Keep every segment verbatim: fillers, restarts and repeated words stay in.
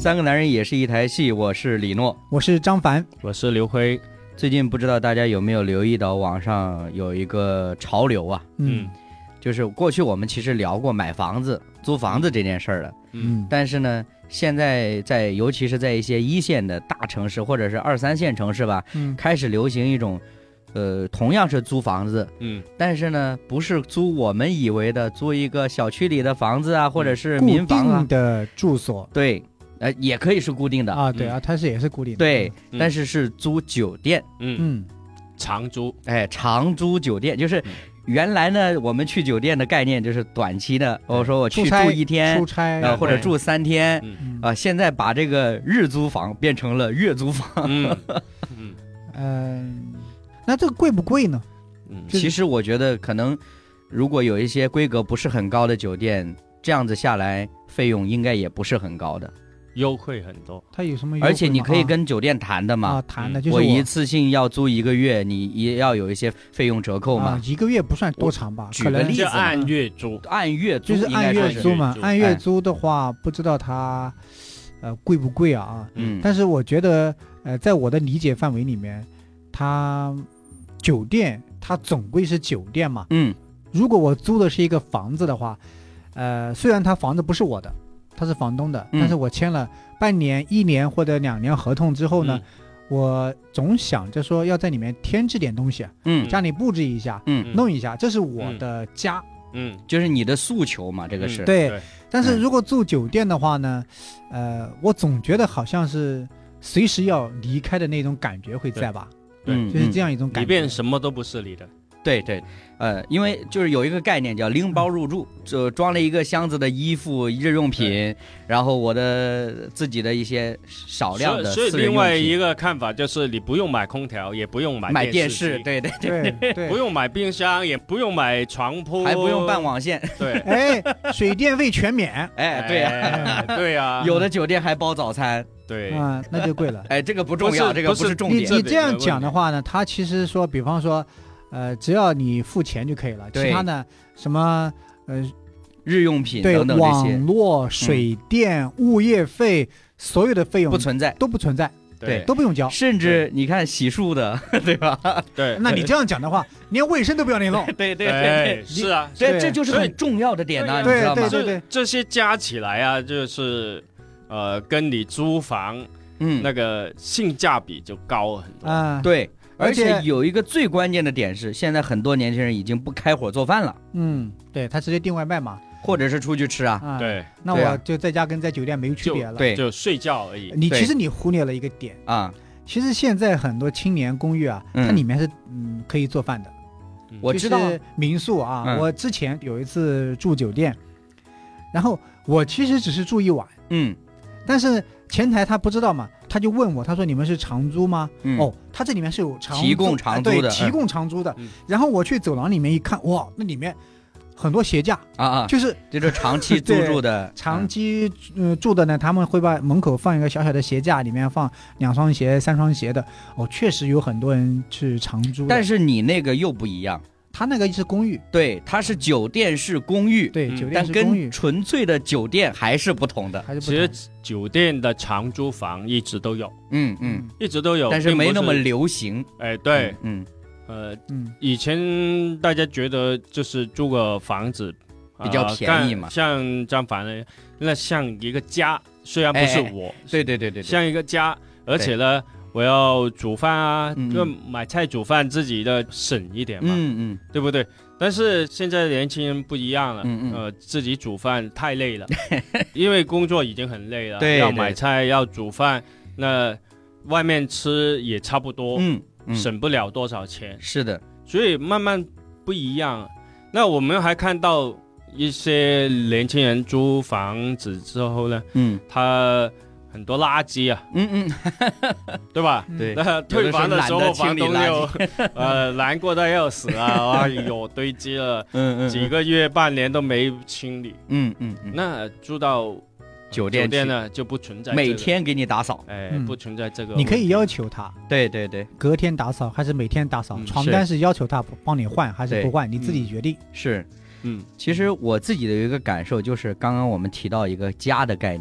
三个男人也是一台戏，我是李诺， 我是张凡， 我是刘辉。 最近不知道大家有没有留意到网上有一个潮流啊， 嗯， 就是过去我们其实聊过买房子、租房子这件事儿的， 嗯， 但是呢，现在在尤其是在一些一线的大城市或者是二三线城市吧， 嗯， 开始流行一种，呃，同样是租房子， 嗯， 但是呢，不是租我们以为的租一个小区里的房子啊，或者是民房啊， 固定的住所， 对。呃，也可以是固定的啊，对啊，它是也是固定的， 对， 嗯、 但是是租酒店， 嗯嗯， 长租， 哎，长租酒店就是原来呢，我们去酒店的概念就是短期的，我说我去住一天， 出差， 呃，或者住三天， 嗯啊、呃，现在把这个日租房变成了月租房， 嗯嗯， 呃，那这个贵不贵呢？ 嗯， 其实我觉得可能，如果有一些规格不是很高的酒店，这样子下来费用应该也不是很高的。 优惠很多， 它有什么优惠吗？ 而且你可以跟酒店谈的嘛， 啊，谈的就是我一次性要租一个月，你也要有一些费用折扣嘛。 啊、一个月不算多长吧？ 举个例子， 按月租， 按月租就是按月租嘛。按月租的话， 哎、 不知道它呃贵不贵啊？ 嗯， 但是我觉得呃，在我的理解范围里面，它酒店它总归是酒店嘛。 嗯， 如果我租的是一个房子的话，呃，虽然它房子不是我的。他是房东的， 嗯、 但是我签了半年、一年或者两年合同之后呢，嗯、我总想着说要在里面添置点东西， 嗯， 家里布置一下， 嗯， 弄一下，这是我的家， 嗯，就是你的诉求嘛，这个是、 嗯、对, 对。但是如果住酒店的话呢，呃，我总觉得好像是随时要离开的那种感觉会在吧？ 对， 对就是这样一种感觉。 里边什么都不是你的。 对对，呃，因为就是有一个概念叫拎包入住，就装了一个箱子的衣服、日用品，然后我的自己的一些少量的私人用品。 所以另外一个看法就是你不用买空调，也不用买买电视，对对对对， 不用买冰箱，也不用买床铺， 还不用办网线， 对， 哎，水电费全免， 哎，对呀、 啊，对呀、啊， 有的酒店还包早餐。 对啊、嗯，那就贵了。 哎，这个不重要，这个不是重点。 你你这样讲的话呢，他其实说，比方说。呃，只要你付钱就可以了，其他的什么呃日用品对等等这些， 网络、水电、嗯、物业费，所有的费用不存在， 都不存在， 对， 都不用交。 甚至你看洗漱的，对吧？ 对， 那你这样讲的话，连卫生都不要你弄。 对对对对， 是啊， 这这就是很重要的点呢、啊，你知道吗？ 对对对， 这些加起来啊，就是呃，跟你租房嗯那个性价比就高很多啊、 嗯，对。而且有一个最关键的点是，现在很多年轻人已经不开火做饭了。 嗯，对他直接订外卖嘛， 或者是出去吃啊。 啊对， 那我就在家跟在酒店没有区别了。 对， 就睡觉而已。 你其实你忽略了一个点啊， 其实现在很多青年公寓啊， 嗯、 它里面是嗯可以做饭的。 嗯、我知道民宿啊、 嗯， 我之前有一次住酒店，然后我其实只是住一晚， 嗯， 但是前台他不知道嘛。他就问我，他说你们是长租吗？ 嗯、 哦，他这里面是有长租提供长租的， 对，提供长租的、 嗯。 然后我去走廊里面一看，哇，那里面很多鞋架啊啊， 就是就是长期租住的， 长期呃住的呢，他们会把门口放一个小小的鞋架，里面放两双鞋、三双鞋的。哦，确实有很多人是长租的。 但是你那个又不一样。 他那个是公寓， 对，它是酒店式公寓， 对， 嗯、 酒店是公寓，但跟纯粹的酒店还是不同的。 还是不同。 其实酒店的长租房一直都有， 嗯嗯， 一直都有， 但是没那么流行。 哎，对， 嗯， 嗯呃， 嗯， 以前大家觉得就是租个房子比较便宜嘛， 呃、像张凡呢，那像一个家，虽然不是我， 哎、对, 对对对对， 像一个家，而且呢。我要煮饭啊， 嗯、 就买菜煮饭，自己的省一点嘛， 嗯嗯， 对不对？但是现在年轻人不一样了， 嗯嗯， 呃，自己煮饭太累了，因为工作已经很累了， 对， 要买菜，要煮饭，那外面吃也差不多， 嗯，嗯省不了多少钱。 是的， 所以慢慢不一样。那我们还看到一些年轻人租房子之后呢， 嗯， 他。很多垃圾啊， 嗯嗯， 对吧？ 对， 那退房的时候，房东就呃难过的要死啊，哎呦堆积了， 嗯嗯， 几个月半年都没清理， 嗯嗯嗯， 那住到酒店酒店呢就不存在、这个， 每天给你打扫， 哎、 嗯， 不存在这个， 你可以要求他， 对对对， 隔天打扫还是每天打扫， 嗯、 床单是要求他帮你换还是不换，你自己决定。 是， 嗯， 其实我自己的有一个感受就是，刚刚我们提到一个家的概念。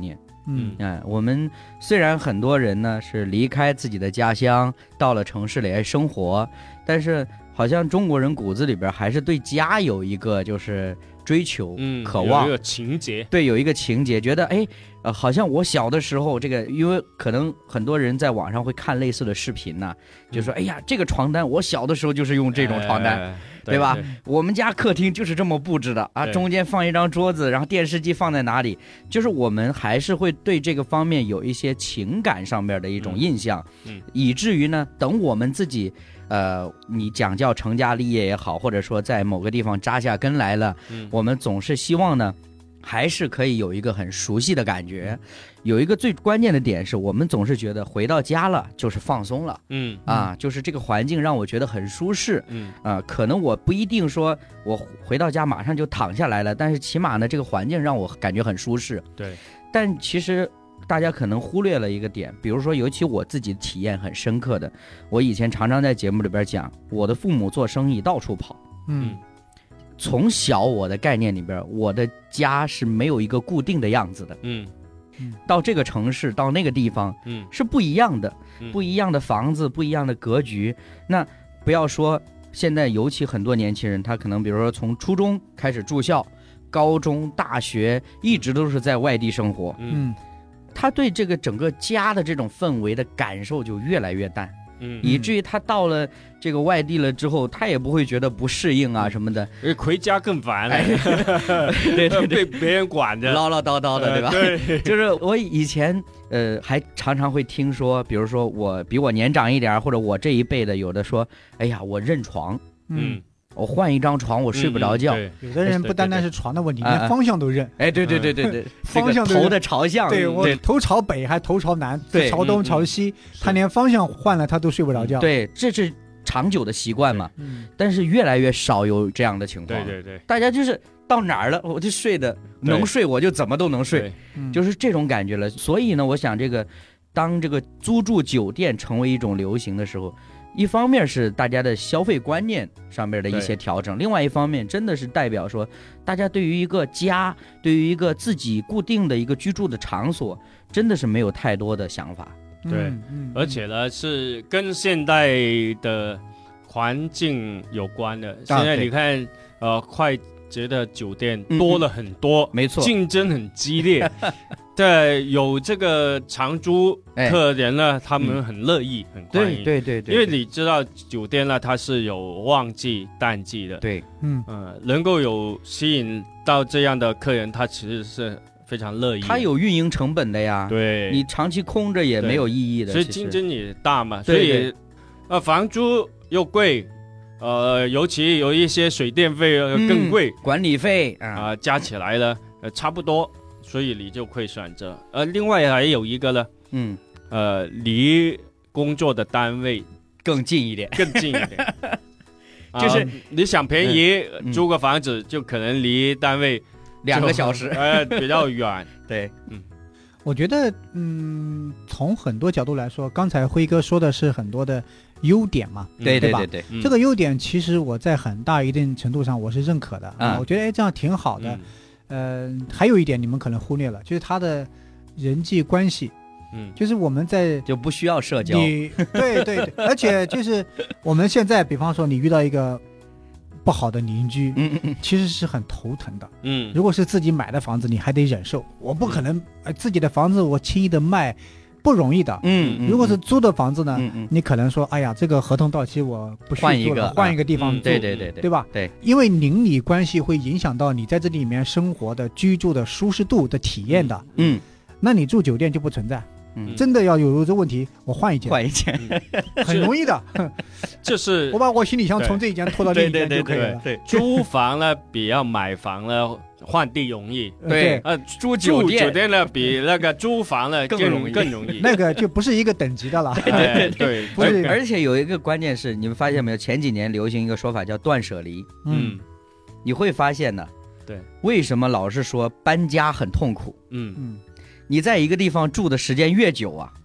嗯嗯，我们虽然很多人呢是离开自己的家乡，到了城市里来生活，但是好像中国人骨子里边还是对家有一个就是追求、 嗯， 渴望， 有一个情节， 对，有一个情节，觉得哎，呃，好像我小的时候，这个因为可能很多人在网上会看类似的视频呢、 嗯、 就说哎呀，这个床单我小的时候就是用这种床单。 哎对吧对？ 我们家客厅就是这么布置的啊，中间放一张桌子，然后电视机放在哪里，就是我们还是会对这个方面有一些情感上面的一种印象， 嗯嗯、 以至于呢，等我们自己，呃，你讲叫成家立业也好，或者说在某个地方扎下根来了， 嗯、我我们总是希望呢，还是可以有一个很熟悉的感觉。有一个最关键的点是我们总是觉得回到家了就是放松了， 嗯啊，就是这个环境让我觉得很舒适， 嗯啊，可能我不一定说我回到家马上就躺下来了，但是起码呢这个环境让我感觉很舒适。 对， 但其实大家可能忽略了一个点，比如说尤其我自己体验很深刻的，我以前常常在节目里边讲，我的父母做生意到处跑， 嗯， 从小我的概念里边，我的家是没有一个固定的样子的， 嗯。 到这个城市，到那个地方， 嗯， 是不一样的， 嗯、 不一样的房子，不一样的格局。那不要说现在，尤其很多年轻人，他可能比如说从初中开始住校，高中、大学一直都是在外地生活， 嗯， 他对这个整个家的这种氛围的感受就越来越淡。 嗯， 以至于他到了这个外地了之后，他也不会觉得不适应啊什么的， 回家更烦了，哎、 对对对， 被别人管着， 唠唠叨叨的，对吧？ 呃、对， 就是我以前呃还常常会听说，比如说我比我年长一点，或者我这一辈的，有的说，哎呀，我认床， 嗯。 我换一张床，我睡不着觉。 嗯、 有的人不单单是床的问题，连方向都认。 哎，对对对对对， 方向头的朝向， 对我头朝北还头朝南， 对， 朝东朝西，他连方向换了他都睡不着觉。 对，这是长久的习惯嘛。 嗯， 但是越来越少有这样的情况。 对对对， 大家就是到哪儿了，我就睡的能睡，我就怎么都能睡，就是这种感觉了。所以呢，我想这个当这个租住酒店成为一种流行的时候。一方面是大家的消费观念上面的一些调整，另外一方面真的是代表说，大家对于一个家，对于一个自己固定的一个居住的场所，真的是没有太多的想法。 对，嗯嗯、而且呢是跟现代的环境有关的。现在你看，呃，快捷的酒店多了很多， 嗯、没错， 竞争很激烈。对，有这个长租客人呢，哎、他们很乐意，嗯、很欢迎。 对对 对, 对， 因为你知道酒店呢，它是有旺季淡季的。 对， 嗯呃，能够有吸引到这样的客人，他其实是非常乐意的。 它有运营成本的呀。 对， 你长期空着也没有意义的。 所以竞争也大嘛。 对对所以，呃，房租又贵。呃，尤其有一些水电费更贵， 嗯、管理费啊、呃，加起来呢，呃，差不多，所以你就会选择。呃，另外还有一个呢， 嗯， 呃，离工作的单位更近一点， 更近一点， 就是、 呃、你想便宜、 嗯、 租个房子，就可能离单位两个小时， 呃，比较远。 对， 嗯。我觉得，嗯，从很多角度来说，刚才辉哥说的是很多的优点嘛， 对对吧？ 对对对， 这个优点其实我在很大一定程度上我是认可的啊、嗯，我觉得哎这样挺好的。嗯、呃，还有一点你们可能忽略了，就是他的人际关系， 嗯， 就是我们在就不需要社交， 你对对对，而且就是我们现在，比方说你遇到一个不好的邻居， 嗯嗯， 其实是很头疼的。 嗯， 如果是自己买的房子，你还得忍受，我不可能、呃、自己的房子我轻易的卖，不容易的。 嗯，嗯如果是租的房子呢， 嗯嗯， 你可能说，哎呀，这个合同到期我不续租了，换一个地方住， 嗯、对对对对， 对吧？ 对， 因为邻里关系会影响到你在这里面生活的、居住的舒适度的体验的。 嗯， 那你住酒店就不存在。 嗯， 真的要有这问题，我换一间， 换一间， 很容易的。 就是我把我行李箱从这一间拖到另一间就可以了。 对， 租房呢比要买房呢换地容易， 对， 呃， 租酒店酒店呢比那个租房呢更容易， 更容易。 那个就不是一个等级的了。 对对， 不是。 而且有一个关键是，你们发现没有？前几年流行一个说法叫断舍离。 嗯， 你会发现呢， 对， 为什么老是说搬家很痛苦？ 嗯嗯。 你在一个地方住的时间越久啊，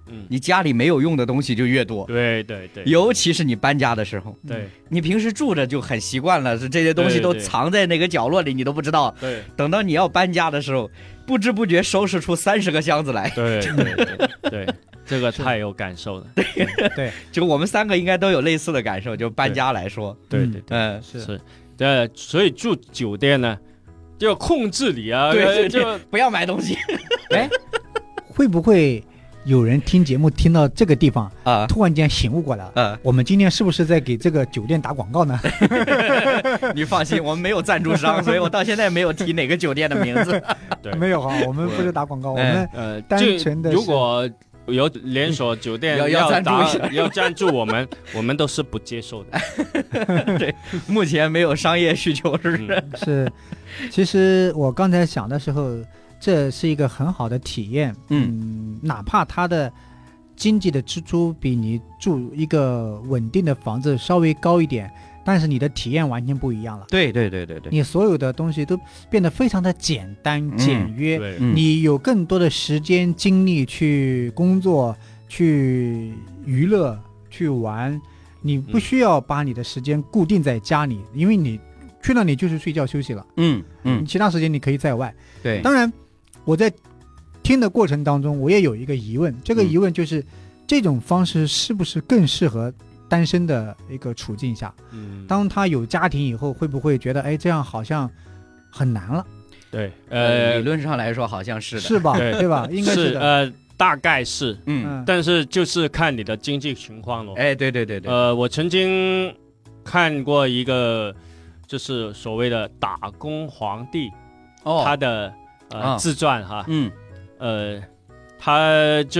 嗯，你家里没有用的东西就越多。 对对对， 尤其是你搬家的时候。 对， 你平时住着就很习惯了，这些东西都藏在哪个角落里你都不知道。 对， 等到你要搬家的时候，不知不觉收拾出三十个箱子来。 对对对对，这个太有感受了。 对对，就我们三个应该都有类似的感受，就搬家来说。 对对对， 嗯， 是是，对，所以住酒店呢，就要控制你啊， 对， 就不要买东西。 哎，会不会有人听节目听到这个地方啊，突然间醒悟过来，啊，我们今天是不是在给这个酒店打广告呢？ 你放心，我们没有赞助商，所以我到现在没有提哪个酒店的名字。 对，没有哈，我们不是打广告，我们呃单纯的。 如果有连锁酒店要要赞助一下， 要赞助我们，我们都是不接受的。 对，目前没有商业需求，是不是？ 嗯、是，其实我刚才想的时候，这是一个很好的体验。嗯，嗯哪怕它的经济的支出比你住一个稳定的房子稍微高一点，但是你的体验完全不一样了。 对对对对对， 你所有的东西都变得非常的简单、嗯、简约， 嗯、 你有更多的时间精力去工作、去娱乐、去玩，你不需要把你的时间固定在家里，嗯、因为你去那里就是睡觉休息了。 嗯嗯， 其他时间你可以在外。 对， 当然我在听的过程当中，我也有一个疑问，这个疑问就是、嗯、这种方式是不是更适合单身的一个处境下，嗯，当他有家庭以后，会不会觉得，哎，这样好像很难了？ 对， 呃，理论上来说好像是的， 是吧？ 对, 对吧？应该是的， 呃，大概是， 嗯， 但是就是看你的经济情况咯。 哎，对对对对， 呃，我曾经看过一个，就是所谓的打工皇帝，哦，他的呃、哦、自传哈， 嗯， 呃，他就是。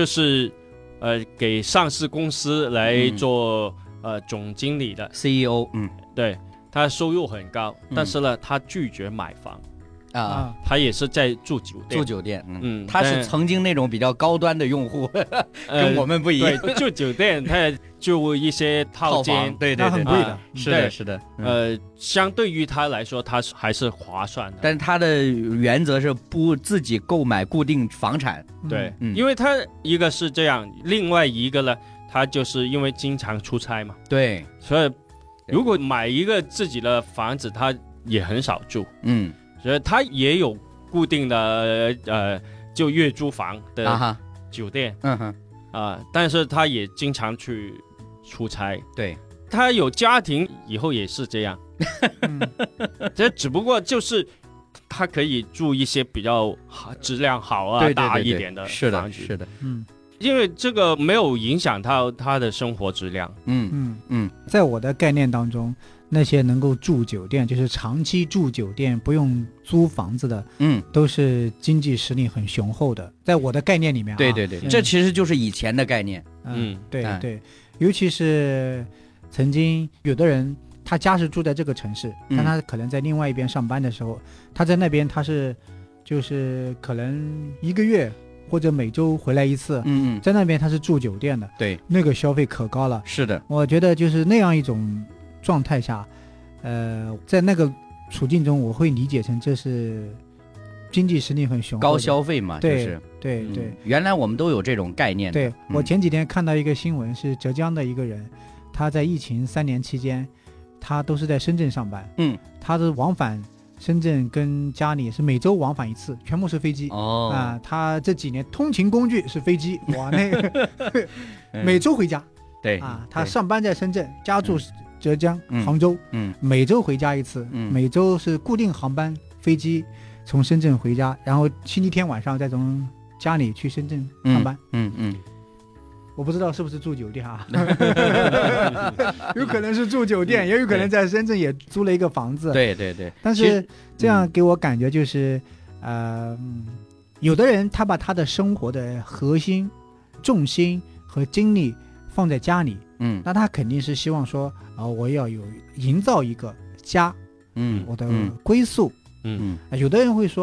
呃，给上市公司来做、嗯、呃总经理的 C E O， 嗯， 对，他收入很高，嗯、但是呢，他拒绝买房啊， 他也是在住酒店， 住酒店，嗯， 嗯他是曾经那种比较高端的用户，呃、跟我们不一样， 对，住酒店他就一些套间， 对对对， 很贵的， 啊、是的，是的， 嗯、呃，相对于他来说，他还是划算的， 但是他的原则是不自己购买固定房产。 对、嗯，因为他一个是这样，另外一个呢，他就是因为经常出差嘛， 对， 所以如果买一个自己的房子，他也很少住， 嗯， 所以他也有固定的呃，就月租房的酒店， 嗯哼， 啊、呃，但是他也经常去出差， 对， 他有家庭以后也是这样，嗯、这只不过就是。他可以住一些比较好、质量好啊、 对对对对大一点的房子， 是的，是的， 嗯， 因为这个没有影响到他的生活质量， 嗯嗯嗯，在我的概念当中，那些能够住酒店，就是长期住酒店不用租房子的， 嗯， 都是经济实力很雄厚的，在我的概念里面、啊， 对对对，这其实就是以前的概念， 嗯，嗯对对，尤其是曾经有的人。他家是住在这个城市，但他可能在另外一边上班的时候，嗯、他在那边他是就是可能一个月或者每周回来一次， 嗯嗯， 在那边他是住酒店的， 对， 那个消费可高了。 是的， 我觉得就是那样一种状态下，呃，在那个处境中，我会理解成这是经济实力很雄厚， 高消费嘛， 对就是对对、嗯。 原来我们都有这种概念的。 对、嗯、我前几天看到一个新闻，是浙江的一个人，他在疫情三年期间。他都是在深圳上班， 嗯， 他的往返深圳跟家里是每周往返一次，全部是飞机， 哦啊，他这几年通勤工具是飞机，哇，那个每周回家， 对啊，他上班在深圳，家住浙江、 嗯、 杭州， 嗯， 每周回家一次， 嗯， 每周是固定航班飞机从深圳回家，然后星期天晚上再从家里去深圳上班， 嗯嗯。嗯我不知道是不是住酒店啊，有可能是住酒店，也有可能在深圳也租了一个房子。 对对对。 但是这样给我感觉就是，呃，有的人他把他的生活的核心、重心和精力放在家里， 嗯， 那他肯定是希望说，啊、呃，我要有营造一个家， 嗯， 我的归宿， 嗯嗯、呃，有的人会说，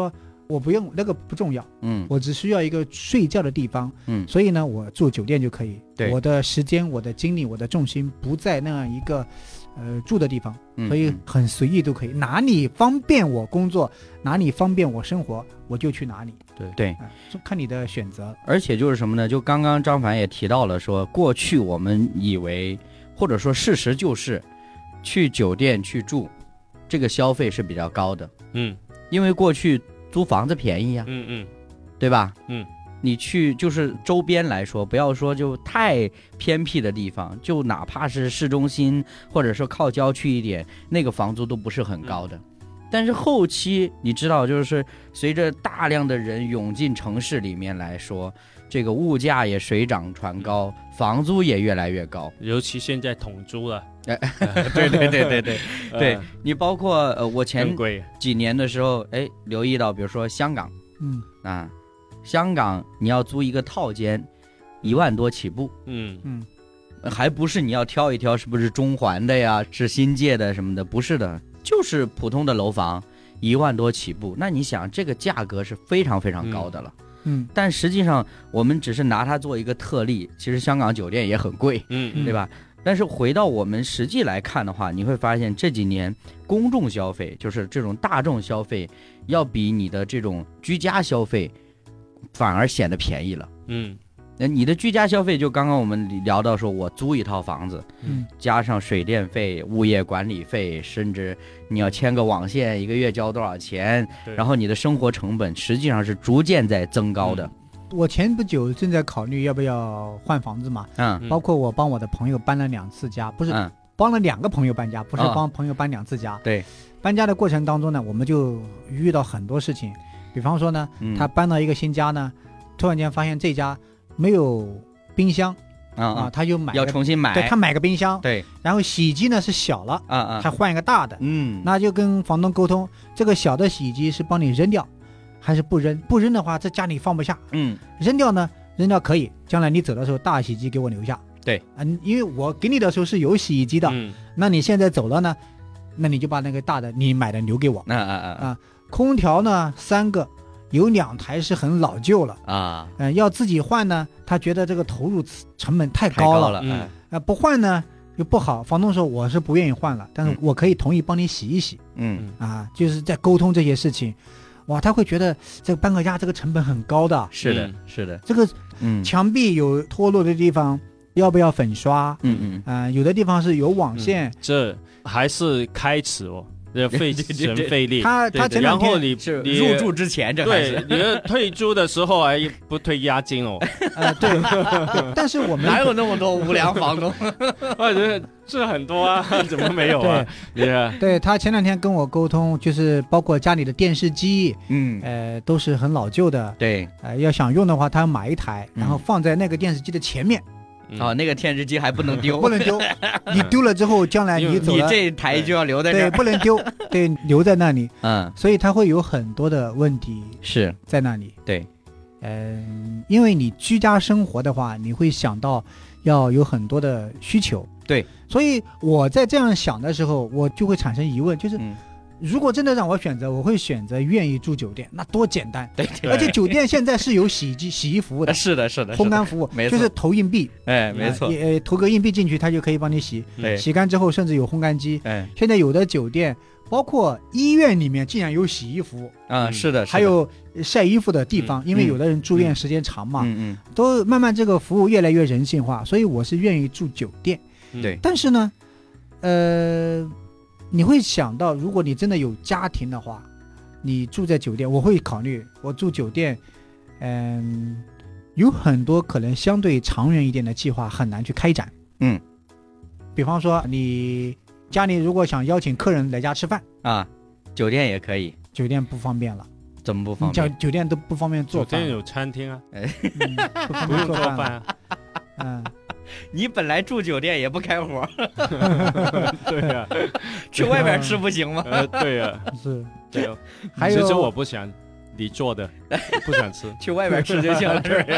我不用那个不重要， 嗯， 我只需要一个睡觉的地方， 嗯， 所以呢，我住酒店就可以。 对， 我的时间、我的精力、我的重心不在那样一个呃住的地方， 嗯、 所以很随意都可以，哪里方便我工作，哪里方便我生活，我就去哪里。 对对、 呃，看你的选择。 而且就是什么呢？就刚刚张凡也提到了说，过去我们以为，或者说事实就是，去酒店去住，这个消费是比较高的。 嗯， 因为过去租房子便宜啊， 嗯嗯， 对吧？ 嗯， 你去就是周边来说，不要说就太偏僻的地方，就哪怕是市中心，或者说靠郊区一点，那个房租都不是很高的。嗯，但是后期你知道，就是随着大量的人涌进城市里面来说，这个物价也水涨船高，房租也越来越高， 尤其现在统租了。 对对对对对对，你包括呃，我前几年的时候，哎，留意到，比如说香港， 嗯啊，香港你要租一个套间，一万多起步， 嗯嗯， 还不是你要挑一挑是不是中环的呀，是新界的什么的，不是的。就是普通的楼房一万多起步，那你想这个价格是非常非常高的了， 嗯， 但实际上我们只是拿它做一个特例，其实香港酒店也很贵， 嗯， 对吧？但是回到我们实际来看的话，你会发现这几年公众消费，就是这种大众消费，要比你的这种居家消费反而显得便宜了， 嗯。 那你的居家消费，就刚刚我们聊到说，我租一套房子， 嗯， 加上水电费、物业管理费，甚至你要牵个网线，一个月交多少钱，然后你的生活成本实际上是逐渐在增高的。 嗯，我前不久正在考虑要不要换房子嘛， 嗯， 包括我帮我的朋友搬了两次家，不是、嗯、帮了两个朋友搬家，不是帮朋友搬两次家。 哦，对， 搬家的过程当中呢，我们就遇到很多事情，比方说呢，嗯、他搬到一个新家呢，突然间发现这家没有冰箱， 啊啊， 他就买要重新买， 对，他买个冰箱， 对， 然后洗衣机呢是小了， 啊啊， 他换一个大的， 嗯， 那就跟房东沟通，这个小的洗衣机是帮你扔掉，还是不扔？不扔的话，在家里放不下， 嗯， 扔掉呢，扔掉可以，将来你走的时候，大洗衣机给我留下， 对， 嗯，因为我给你的时候是有洗衣机的， 嗯， 那你现在走了呢，那你就把那个大的你买的留给我， 啊啊啊啊，空调呢三个。有两台是很老旧了啊， 嗯、呃，要自己换呢，他觉得这个投入成本太高了， 太高了嗯， 啊、呃，不换呢又不好。房东说我是不愿意换了，但是我可以同意帮你洗一洗， 嗯啊，就是在沟通这些事情，哇，他会觉得这个搬个家这个成本很高的， 是的，是的， 这个嗯， 墙壁有脱落的地方，要不要粉刷？ 嗯嗯， 啊、呃，有的地方是有网线， 嗯、这还是开始哦。费神费力， 他他前两天然后你是入住之前，这还是对，你退租的时候还不退押金哦。 呃，对，但是我们哪有那么多无良房东？ 我觉得是很多啊，怎么没有啊？ 对， yeah. 对他前两天跟我沟通，就是包括家里的电视机， 嗯， 呃，都是很老旧的， 对， 呃，要想用的话，他要买一台，然后放在那个电视机的前面。 嗯、哦，那个电视机还不能丢， 不能丢，你丢了之后，将来你走了， 你这台就要留在这儿， 对，不能丢，对，留在那里， 嗯， 所以它会有很多的问题是在那里， 对， 嗯，因为你居家生活的话，你会想到要有很多的需求， 对， 所以我在这样想的时候，我就会产生疑问，就是。 嗯， 如果真的让我选择，我会选择愿意住酒店，那多简单。 对，对， 而且酒店现在是有洗衣机、洗衣服务的， 是的，是的， 烘干服务， 没错， 就是投硬币， 哎，没错， 呃，投个硬币进去，它就可以帮你洗， 对， 洗干之后甚至有烘干机。 哎， 现在有的酒店，包括医院里面竟然有洗衣服啊，是的， 还有晒衣服的地方，因为有的人住院时间长嘛， 嗯嗯， 都慢慢这个服务越来越人性化，所以我是愿意住酒店。 对， 但是呢，呃。你会想到，如果你真的有家庭的话，你住在酒店，我会考虑我住酒店，嗯，有很多可能相对长远一点的计划很难去开展。 嗯， 比方说你家里如果想邀请客人来家吃饭啊，酒店也可以， 酒店不方便了。 怎么不方便？ 酒酒店都不方便做饭。 酒店有餐厅啊， 嗯、不方便做饭啊。嗯。 你本来住酒店也不开活， 对呀、啊， 去外边吃不行吗？ 呃、对呀、 啊，是， 对、啊。 还有， 其实我不想你做的，不想吃， 去外边吃就行了，是不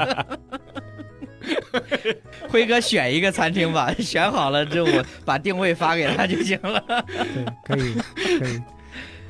是？辉哥选一个餐厅吧，选好了之后我把定位发给他就行了。 对，可以，可以。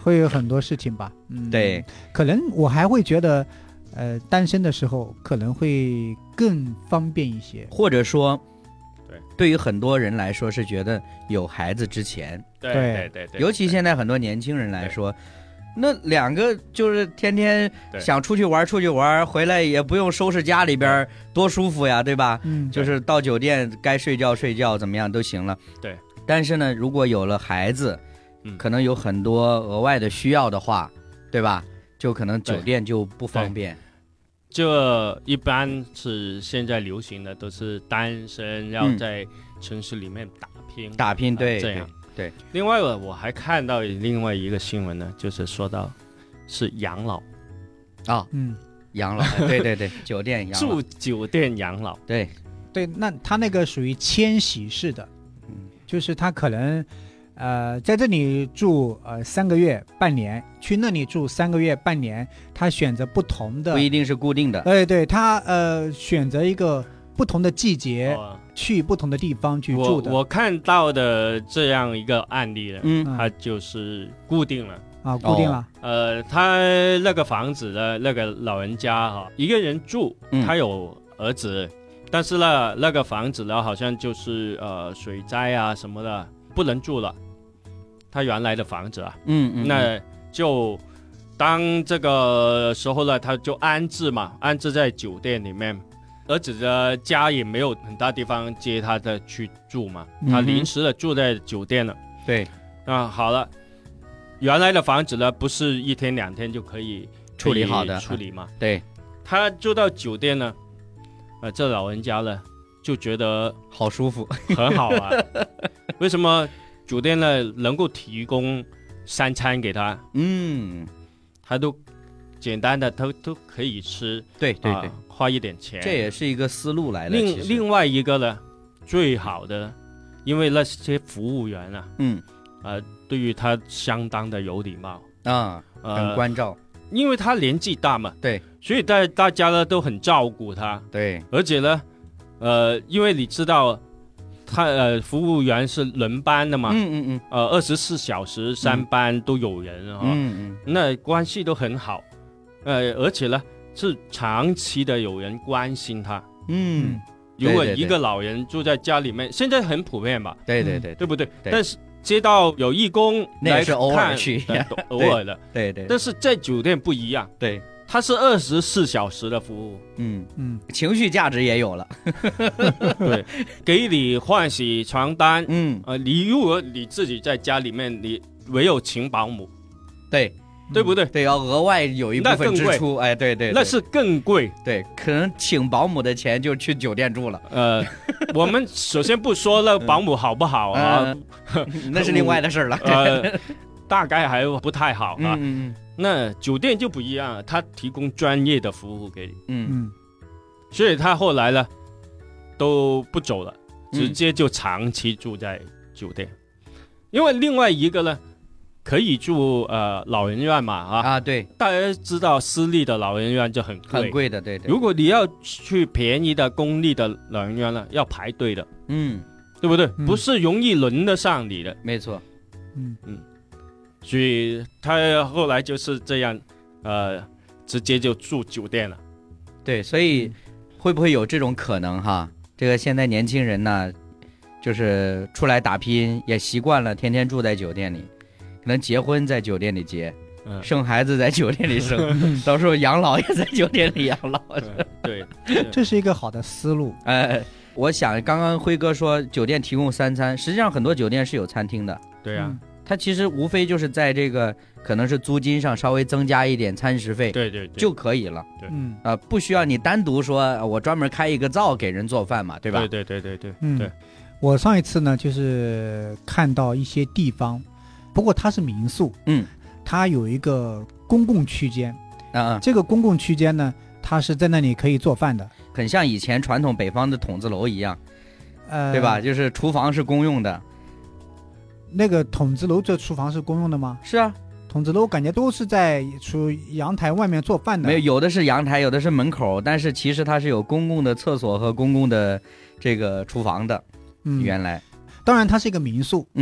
会有很多事情吧。嗯， 对， 可能我还会觉得，呃，单身的时候可能会更方便一些， 或者说， 对， 对于很多人来说是觉得有孩子之前， 对对对对， 尤其现在很多年轻人来说。那两个就是天天想出去玩出去玩，回来也不用收拾家里边，多舒服呀，对吧？ 嗯， 就是到酒店该睡觉睡觉怎么样都行了。 对。 但是呢，如果有了孩子， 嗯， 可能有很多额外的需要的话，对吧？就可能酒店就不方便。 这一般是现在流行的都是单身要在城市里面打拼， 嗯、打拼，对， 呃、这样。 对， 另外我还看到另外一个新闻呢，就是说到是养老啊、哦， 嗯， 养老，对对对，酒店养老，住酒店养老， 对对，那他那个属于迁徙式的，嗯，就是他可能呃在这里住呃三个月半年，去那里住三个月半年，他选择不同的， 不一定是固定的， 对对，他呃选择一个不同的季节。哦，去不同的地方去住的。 我, 我看到的这样一个案例呢，嗯，它就是固定了啊，固定了。 哦、呃，他那个房子的那个老人家哈，一个人住，他有儿子，嗯、但是呢，那个房子呢，好像就是呃水灾啊什么的不能住了，他原来的房子啊， 嗯嗯， 那就当这个时候呢，他就安置嘛，安置在酒店里面。儿子的家也没有很大地方接他的去住嘛，他临时的住在酒店了。 嗯、对， 啊，好了，原来的房子呢，不是一天两天就可以处理好的处理嘛。 对， 他住到酒店呢，呃，这老人家呢就觉得好舒服， 很好啊。为什么酒店呢能够提供三餐给他？ 嗯， 他都简单的都都可以吃。 对对对。 啊，花一点钱， 这也是一个思路来的。 另另外一个呢，最好的，因为那些服务员啊， 嗯， 呃，对于他相当的有礼貌啊，呃、很关照， 因为他年纪大嘛， 对， 所以大大家呢都很照顾他， 对， 而且呢，呃，因为你知道，他呃服务员是轮班的嘛， 嗯嗯嗯， 呃，二十四小时三班都有人啊， 嗯嗯， 那关系都很好，呃，而且呢。是长期的有人关心他， 嗯， 如果一个老人住在家里面，现在很普遍吧？ 对对对， 对不对？但是接到有义工来看， 那是偶尔去， 偶尔的， 对对。 但是在酒店不一样， 对， 它是二十四小时的服务， 嗯嗯，情绪价值也有了， 对，给你换洗床单， 嗯呃，你如果你自己在家里面，你唯有请保姆， 对。 对不对？ 对，要额外有一部分支出，哎，对 对, 对， 那是更贵。 对，可能请保姆的钱就去酒店住了。 呃，我们首先不说那保姆好不好啊， 嗯、那是另外的事了。 呃，大概还不太好啊。 嗯嗯那酒店就不一样，他提供专业的服务给你。 嗯嗯， 所以他后来呢都不走了，直接就长期住在酒店。嗯、因为另外一个呢。可以住呃老人院嘛啊啊对， 大家知道私立的老人院就很贵， 很贵的，对对。 如果你要去便宜的公立的老人院呢，要排队的， 嗯， 对不对？ 嗯、 不是容易轮得上你的， 没错。 嗯嗯，所以他后来就是这样，呃，直接就住酒店了。 对，所以会不会有这种可能哈？这个现在年轻人呢，就是出来打拼也习惯了天天住在酒店里。可能结婚在酒店里结，嗯、生孩子在酒店里生，到时候养老也在酒店里养老。 对， 这是一个好的思路。 哎，我想刚刚辉哥说酒店提供三餐，实际上很多酒店是有餐厅的。 对啊， 它其实无非就是在这个可能是租金上稍微增加一点餐食费， 对对对， 就可以了。 对， 嗯啊、呃，不需要你单独说我专门开一个灶给人做饭嘛，对吧？ 对对对对对， 嗯， 对。 我上一次呢，就是看到一些地方。不过它是民宿， 嗯， 它有一个公共区间， 啊、嗯， 这个公共区间呢，它是在那里可以做饭的， 很像以前传统北方的筒子楼一样， 呃， 对吧？就是厨房是公用的。 那个筒子楼这厨房是公用的吗？ 是啊， 筒子楼感觉都是在出阳台外面做饭的。 没有，有的是阳台，有的是门口，但是其实它是有公共的厕所和公共的这个厨房的。 嗯， 原来。 当然它是一个民宿， 嗯，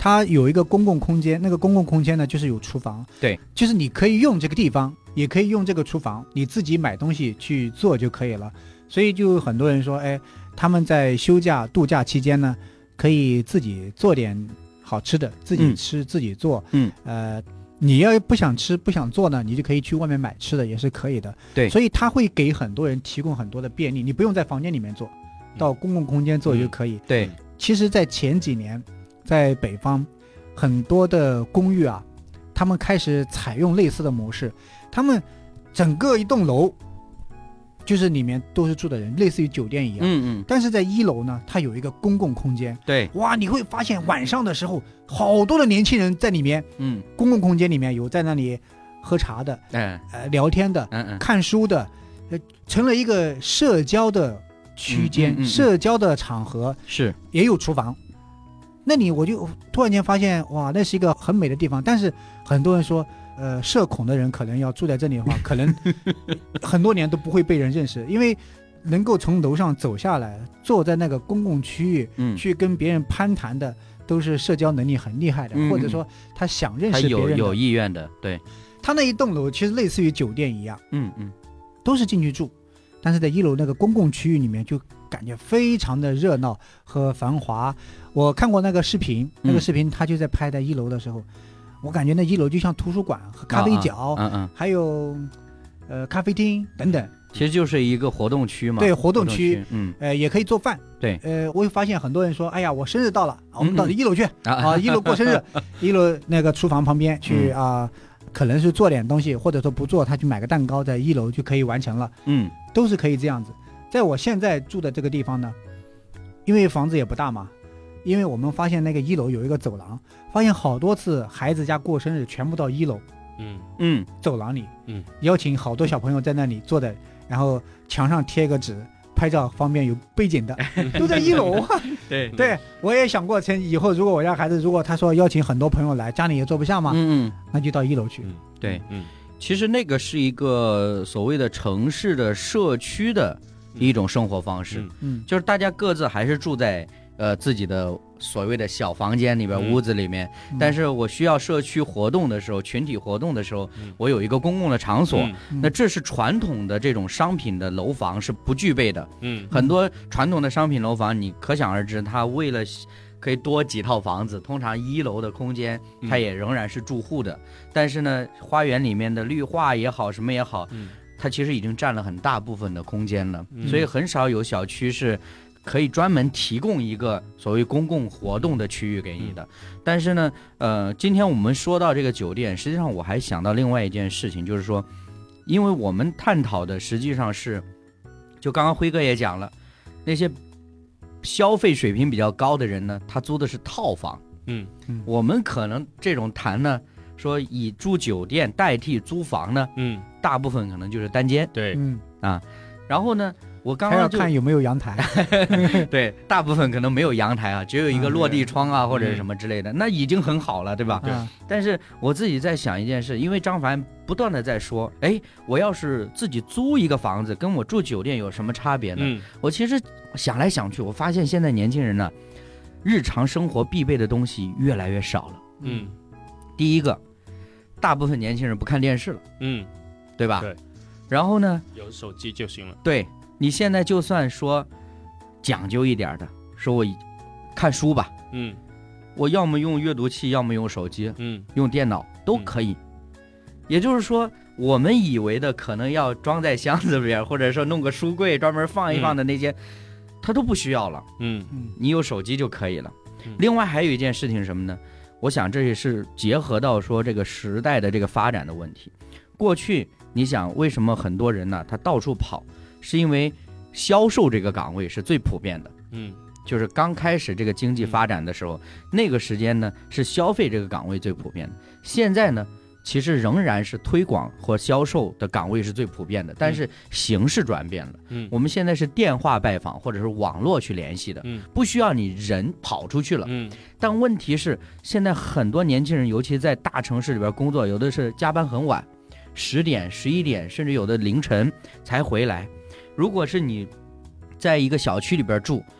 它有一个公共空间，那个公共空间呢就是有厨房， 对， 就是你可以用这个地方，也可以用这个厨房，你自己买东西去做就可以了。所以就很多人说，哎，他们在休假度假期间呢，可以自己做点好吃的，自己吃、嗯、自己做， 嗯， 呃，你要不想吃不想做呢，你就可以去外面买吃的，也是可以的。 对， 所以他会给很多人提供很多的便利，你不用在房间里面做，到公共空间做就可以。 嗯、对， 其实，在前几年，在北方很多的公寓啊，他们开始采用类似的模式，他们整个一栋楼就是里面都是住的人，类似于酒店一样。 嗯嗯。 但是在一楼呢，它有一个公共空间。 对。 哇，你会发现晚上的时候，好多的年轻人在里面。 嗯。 公共空间里面有在那里喝茶的， 嗯、 呃，聊天的， 嗯嗯， 看书的，呃，成了一个社交的区间， 嗯嗯嗯嗯、 社交的场合。 是。 也有厨房。那你我就突然间发现，哇，那是一个很美的地方。但是很多人说。呃，社恐的人可能要住在这里的话，可能很多年都不会被人认识，因为能够从楼上走下来，坐在那个公共区域，嗯，去跟别人攀谈的，都是社交能力很厉害的，嗯、或者说他想认识别人的， 他有有意愿的。对， 他那一栋楼其实类似于酒店一样， 嗯嗯， 都是进去住，但是在一楼那个公共区域里面就感觉非常的热闹和繁华。我看过那个视频，那个视频他就在拍在一楼的时候。嗯，我感觉那一楼就像图书馆和咖啡角， 嗯嗯， 还有呃咖啡厅等等， 其实就是一个活动区嘛。 对，活动区， 嗯， 呃，也可以做饭。 对， 呃，我会发现很多人说，哎呀，我生日到了，我们到一楼去、嗯、啊，一楼过生日，一楼那个厨房旁边去啊、呃，可能是做点东西，或者说不做，他去买个蛋糕，在一楼就可以完成了。嗯，都是可以这样子。在我现在住的这个地方呢，因为房子也不大嘛。因为我们发现那个一楼有一个走廊，发现好多次孩子家过生日全部到一楼， 嗯嗯，走廊里， 嗯， 邀请好多小朋友在那里坐的，然后墙上贴个纸，拍照方便有背景的，都在一楼。 对对，我也想过，趁以后如果我家孩子如果他说邀请很多朋友来，家里也坐不下嘛， 嗯嗯， 那就到一楼去。 嗯、对，嗯，其实那个是一个所谓的城市的社区的一种生活方式，嗯，嗯就是大家各自还是住在。呃，自己的所谓的小房间里边、嗯、屋子里面、嗯，但是我需要社区活动的时候、群体活动的时候，嗯、我有一个公共的场所、嗯，那这是传统的这种商品的楼房是不具备的。嗯，很多传统的商品楼房，你可想而知，它为了可以多几套房子，通常一楼的空间它也仍然是住户的，嗯、但是呢，花园里面的绿化也好，什么也好，嗯、它其实已经占了很大部分的空间了，嗯、所以很少有小区是。可以专门提供一个所谓公共活动的区域给你的，嗯、但是呢，呃，今天我们说到这个酒店，实际上我还想到另外一件事情，就是说，因为我们探讨的实际上是，就刚刚辉哥也讲了，那些消费水平比较高的人呢，他租的是套房， 嗯嗯， 我们可能这种谈呢，说以住酒店代替租房呢， 嗯， 大部分可能就是单间， 对， 嗯啊，然后呢。我刚刚还要看有没有阳台， 对，大部分可能没有阳台啊，只有一个落地窗啊、嗯、或者什么之类的，那已经很好了，对吧？ 对。 但是我自己在想一件事，因为张凡不断的在说，哎，我要是自己租一个房子，跟我住酒店有什么差别呢？嗯、我其实想来想去，我发现现在年轻人呢，日常生活必备的东西越来越少了。 嗯， 第一个，大部分年轻人不看电视了， 嗯， 对吧？ 对。 然后呢， 有手机就行了。 对。你现在就算说讲究一点的，说我看书吧， 嗯， 我要么用阅读器，要么用手机， 嗯， 用电脑都可以。嗯、也就是说，我们以为的可能要装在箱子里边，或者说弄个书柜专门放一放的那些，嗯、它都不需要了。 嗯嗯，你有手机就可以了。嗯、另外还有一件事情是什么呢？我想这也是结合到说这个时代的这个发展的问题。过去你想为什么很多人呢，他到处跑？是因为销售这个岗位是最普遍的， 嗯， 就是刚开始这个经济发展的时候，嗯、那个时间呢是消费这个岗位最普遍的。现在呢，其实仍然是推广或销售的岗位是最普遍的，但是形式转变了。嗯，我们现在是电话拜访或者是网络去联系的， 嗯， 不需要你人跑出去了。 嗯， 但问题是，现在很多年轻人，尤其在大城市里边工作，有的是加班很晚，十点、十一点，甚至有的凌晨才回来。如果是你在一个小区里边住，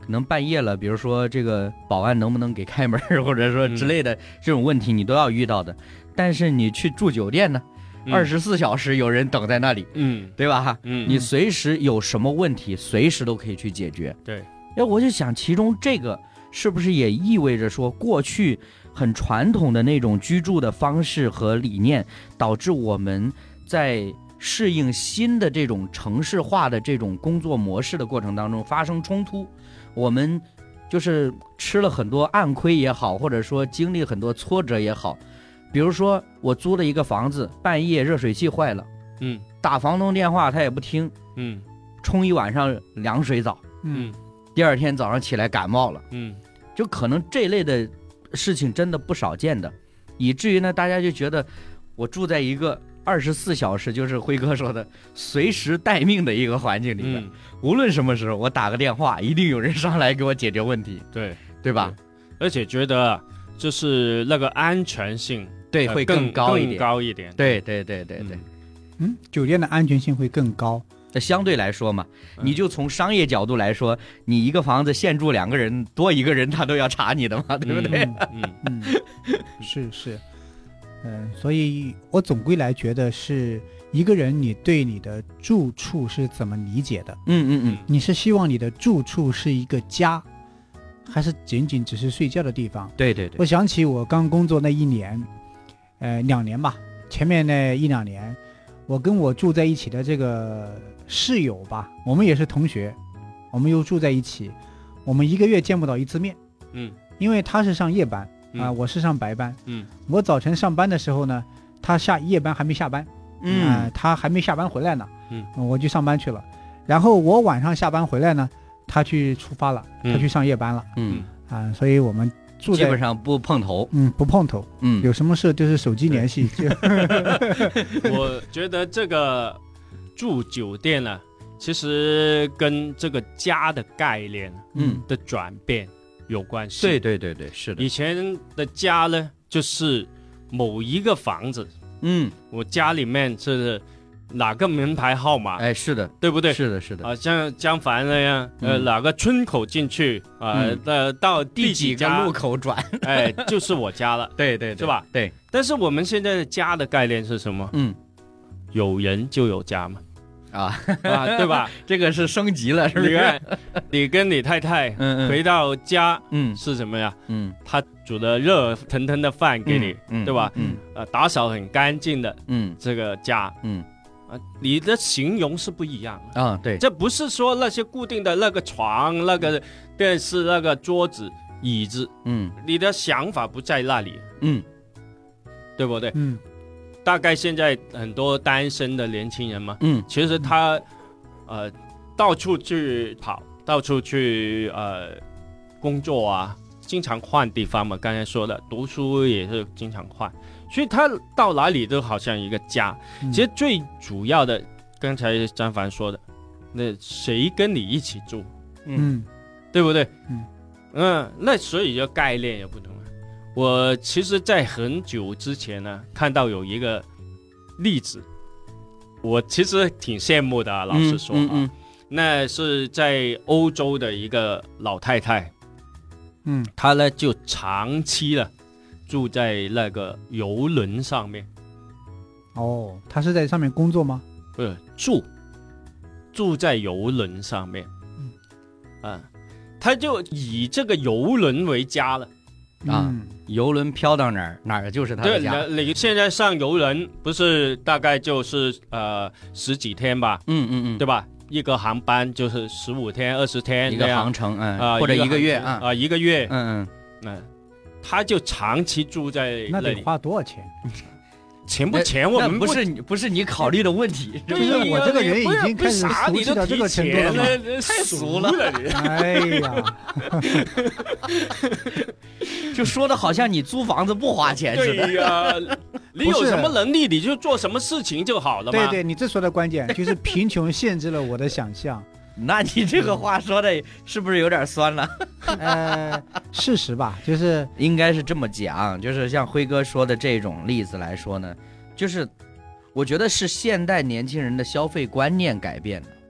可能半夜了，比如说这个保安能不能给开门，或者说之类的这种问题你都要遇到的。但是你去住酒店呢，二十四小时有人等在那里，嗯，对吧？嗯，你随时有什么问题，随时都可以去解决。 对， 哎，我就想其中这个是不是也意味着说，过去很传统的那种居住的方式和理念，导致我们在适应新的这种城市化的这种工作模式的过程当中发生冲突，我们就是吃了很多暗亏也好，或者说经历很多挫折也好。比如说我租了一个房子，半夜热水器坏了，嗯，打房东电话他也不听，嗯，冲一晚上凉水澡，嗯，第二天早上起来感冒了，嗯，就可能这类的事情真的不少见的，以至于呢大家就觉得我住在一个二十四小时，就是辉哥说的随时待命的一个环境里面，嗯，无论什么时候我打个电话一定有人上来给我解决问题， 对对吧？ 对，而且觉得就是那个安全性对、呃、会更高一点， 更高一点。 对对对对对， 嗯，酒店的安全性会更高。 那相对来说嘛，你就从商业角度来说，你一个房子限住两个人，多一个人他都要查你的嘛，对不对？ 嗯嗯，嗯是是，嗯、呃，所以我总归来觉得是一个人你对你的住处是怎么理解的？ 嗯嗯嗯， 你是希望你的住处是一个家，还是仅仅只是睡觉的地方？ 对对对， 我想起我刚工作那一年。呃，两年吧，前面那一两年，我跟我住在一起的这个室友吧，我们也是同学，我们又住在一起，我们一个月见不到一次面，嗯，因为他是上夜班啊、嗯呃，我是上白班，嗯，我早晨上班的时候呢，他下夜班还没下班，嗯、呃，他还没下班回来呢，嗯，我就上班去了，然后我晚上下班回来呢，他去出发了，他去上夜班了，嗯啊、呃，所以我们。 基本上不碰头， 嗯，不碰头，嗯，有什么事就是手机联系。 我觉得这个住酒店呢、啊，其实跟这个家的概念，嗯的转变有关系。 对对对对，是的。 以前的家呢，就是某一个房子，嗯，我家里面是哪个门牌号码？ 哎，是的， 对不对？ 是的，是的。 啊，像江凡那样，呃，嗯、哪个村口进去啊？呃、嗯，到第几个路口转， 哎，就是我家了。 对对， 是吧？ 对。 但是我们现在的家的概念是什么？嗯，有人就有家嘛。啊啊，对吧？ 这个是升级了，是不是？ 你看，你跟你太太回到家，嗯，是什么呀？嗯，他煮的热腾腾的饭给你，嗯，对吧？嗯，呃，打扫很干净的，嗯，这个家，嗯。啊，你的形容是不一样的啊，对， 这不是说那些固定的那个床、那个电视、那个桌子、椅子，嗯，你的想法不在那里，嗯，对不对？嗯，大概现在很多单身的年轻人嘛，嗯，其实他，呃，到处去跑，到处去呃工作啊，经常换地方嘛，刚才说的，读书也是经常换。所以他到哪里都好像一个家、嗯、其实最主要的刚才张凡说的，那谁跟你一起住，嗯，对不对？嗯嗯，那所以就概念也不同了。我其实在很久之前呢看到有一个例子，我其实挺羡慕的、啊、老实说、啊嗯嗯嗯、那是在欧洲的一个老太太，嗯，她呢就长期了住在那个游轮上面。 哦，他是在上面工作吗？ 不是，住住在游轮上面。嗯，啊，他就以这个游轮为家了。 啊，嗯、游轮飘到哪儿，哪儿就是他的家。 对，你现在上游轮不是大概就是呃十几天吧？嗯嗯嗯，对吧？一个航班就是十五天、二十天一个航程，嗯、呃，或者一个月啊， 啊、呃，一个月， 嗯嗯嗯。他就长期住在那里，那得花多少钱？ 钱不钱我们不是你不是你考虑的问题， 就是我这个人已经开始俗气到这个程度了吗？ 太俗了你！ 哎呀， 就说的好像你租房子不花钱似的。 对呀，你有什么能力你就做什么事情就好了嘛。 对对，你这说的关键就是贫穷限制了我的想象。 那你这个话说的是不是有点酸了？ 呃，事实吧，就是应该是这么讲，就是像辉哥说的这种例子来说呢，就是我觉得是现代年轻人的消费观念改变的，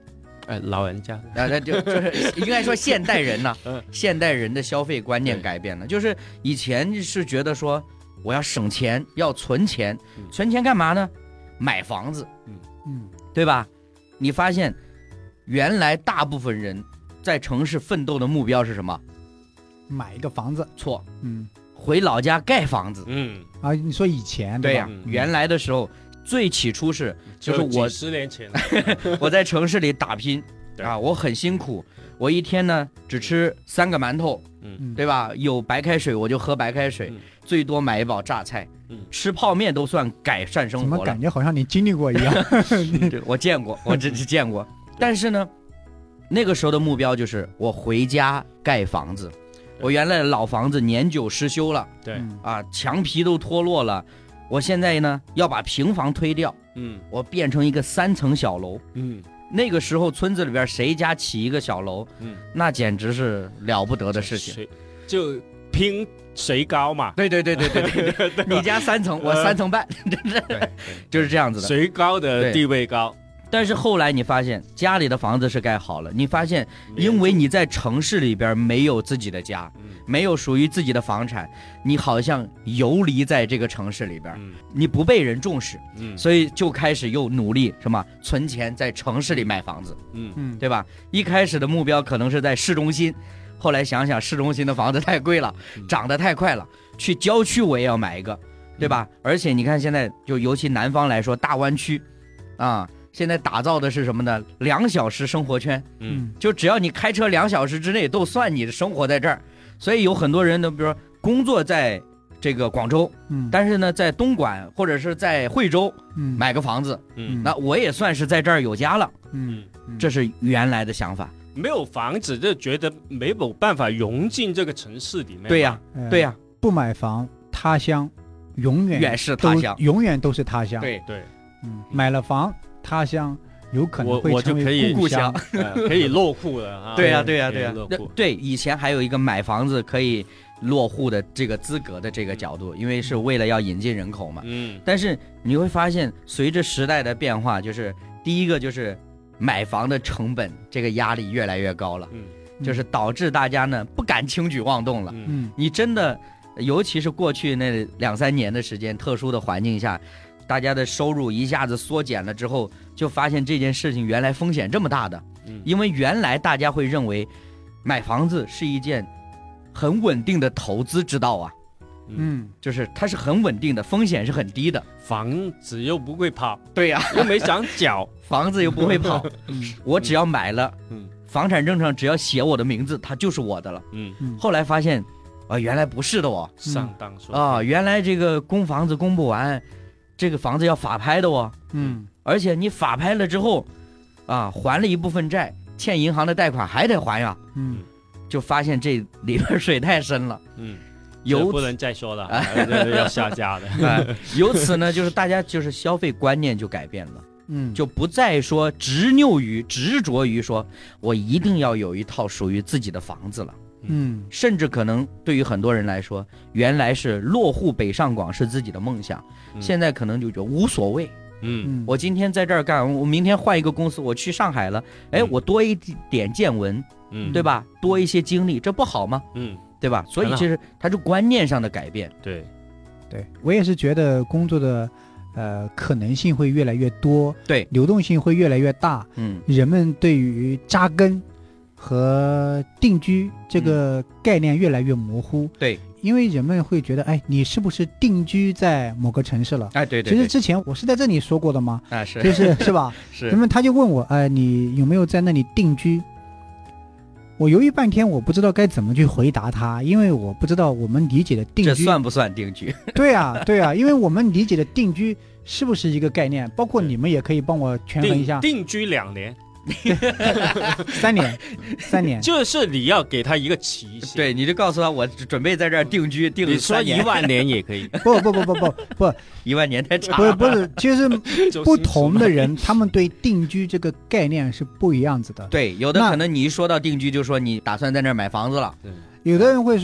哎，老人家， 啊，那就就是应该说现代人呢、啊，现代人的消费观念改变了，就是以前是觉得说我要省钱，要存钱，存钱干嘛呢？买房子，嗯嗯，对吧？你发现原来大部分人在城市奋斗的目标是什么？ 买一个房子。 错， 嗯， 回老家盖房子。 嗯啊，你说以前对呀、啊嗯， 原来的时候。最起初是就是我十年前我在城市里打拼啊，我很辛苦，我一天呢只吃三个馒头，嗯，对吧？有白开水我就喝白开水，嗯、最多买一包榨菜，嗯，吃泡面都算改善生活了。 怎么感觉好像你经历过一样？ 我见过，我真是见过。但是呢，那个时候的目标就是我回家盖房子，我原来的老房子年久失修了， 对啊，墙皮都脱落了。我现在呢要把平房推掉，嗯，我变成一个三层小楼，嗯，那个时候村子里边谁家起一个小楼，嗯，那简直是了不得的事情， 就拼谁高嘛， 对对对对对对对，对你家三层，我三层半，对，就是这样子的， 谁高的地位高。 但是后来你发现家里的房子是盖好了，你发现因为你在城市里边没有自己的家，没有属于自己的房产，你好像游离在这个城市里边，你不被人重视，所以就开始又努力什么存钱在城市里买房子，嗯，对吧？一开始的目标可能是在市中心，后来想想市中心的房子太贵了，涨得太快了，去郊区我也要买一个，对吧？而且你看现在就尤其南方来说，大湾区啊。现在打造的是什么呢？两小时生活圈，嗯，就只要你开车两小时之内都算你的生活在这儿，所以有很多人呢，比如说工作在这个广州，嗯，但是呢在东莞或者是在惠州，嗯，买个房子，嗯，那我也算是在这儿有家了，嗯，这是原来的想法。 没有房子就觉得没有办法融进这个城市里面。 对呀、啊，对呀、啊， 不买房，他乡永远远是他乡， 永远都是他乡。 对对， 嗯，买了房。他乡有可能会成为故乡， 可以落户了啊！ 对呀、啊，对呀、啊，对呀、啊，对，以前还有一个买房子可以落户的这个资格的这个角度，因为是为了要引进人口嘛。嗯。但是你会发现，随着时代的变化，就是第一个就是买房的成本这个压力越来越高了，嗯，就是导致大家呢不敢轻举妄动了。嗯。你真的，尤其是过去那两三年的时间，特殊的环境下。大家的收入一下子缩减了之后，就发现这件事情原来风险这么大的，嗯，因为原来大家会认为买房子是一件很稳定的投资之道啊，嗯，就是它是很稳定的，风险是很低的， 房子又不会跑， 对呀、 啊，又没长脚， 房子又不会跑，嗯，我只要买了，嗯，房产证上只要写我的名字，它就是我的了，嗯，后来发现啊、呃，原来不是的哦， 上当说啊、呃，原来这个供房子供不完。这个房子要法拍的哦，嗯，而且你法拍了之后，啊，还了一部分债，欠银行的贷款还得还呀，嗯，就发现这里边水太深了， 嗯，由不能再说了，要下架的。 啊、由此呢，就是大家就是消费观念就改变了，嗯，就不再说执拗于执着于说我一定要有一套属于自己的房子了。嗯，甚至可能对于很多人来说，原来是落户北上广是自己的梦想，嗯、现在可能就觉得无所谓。嗯，我今天在这儿干，我明天换一个公司，我去上海了，哎，我多一点见闻，嗯，对吧？多一些经历，这不好吗？嗯，对吧？所以其实它是观念上的改变。 对， 对我也是觉得工作的呃可能性会越来越多， 对， 流动性会越来越大。嗯，人们对于扎根和定居这个概念越来越模糊， 对， 因为人们会觉得，哎，你是不是定居在某个城市了？ 哎，对 对, 对。 其实之前我是在这里说过的吗？ 啊，是， 就是是吧？ 是。 那么他就问我，哎，你有没有在那里定居？我犹豫半天，我不知道该怎么去回答他，因为我不知道我们理解的定居这算不算定居？ 对啊，对啊，因为我们理解的定居是不是一个概念？包括你们也可以帮我权衡一下。 定, 定居两年。 三年，三年， 就是你要给他一个期限， 对，你就告诉他我准备在这儿定居，定你说一万年也可以， 不不不不不不， 一万年太长了，不不是，其实不同的人，他们对定居这个概念是不一样子的。 对，有的可能你一说到定居，就说你打算在那儿买房子了， 有的人会说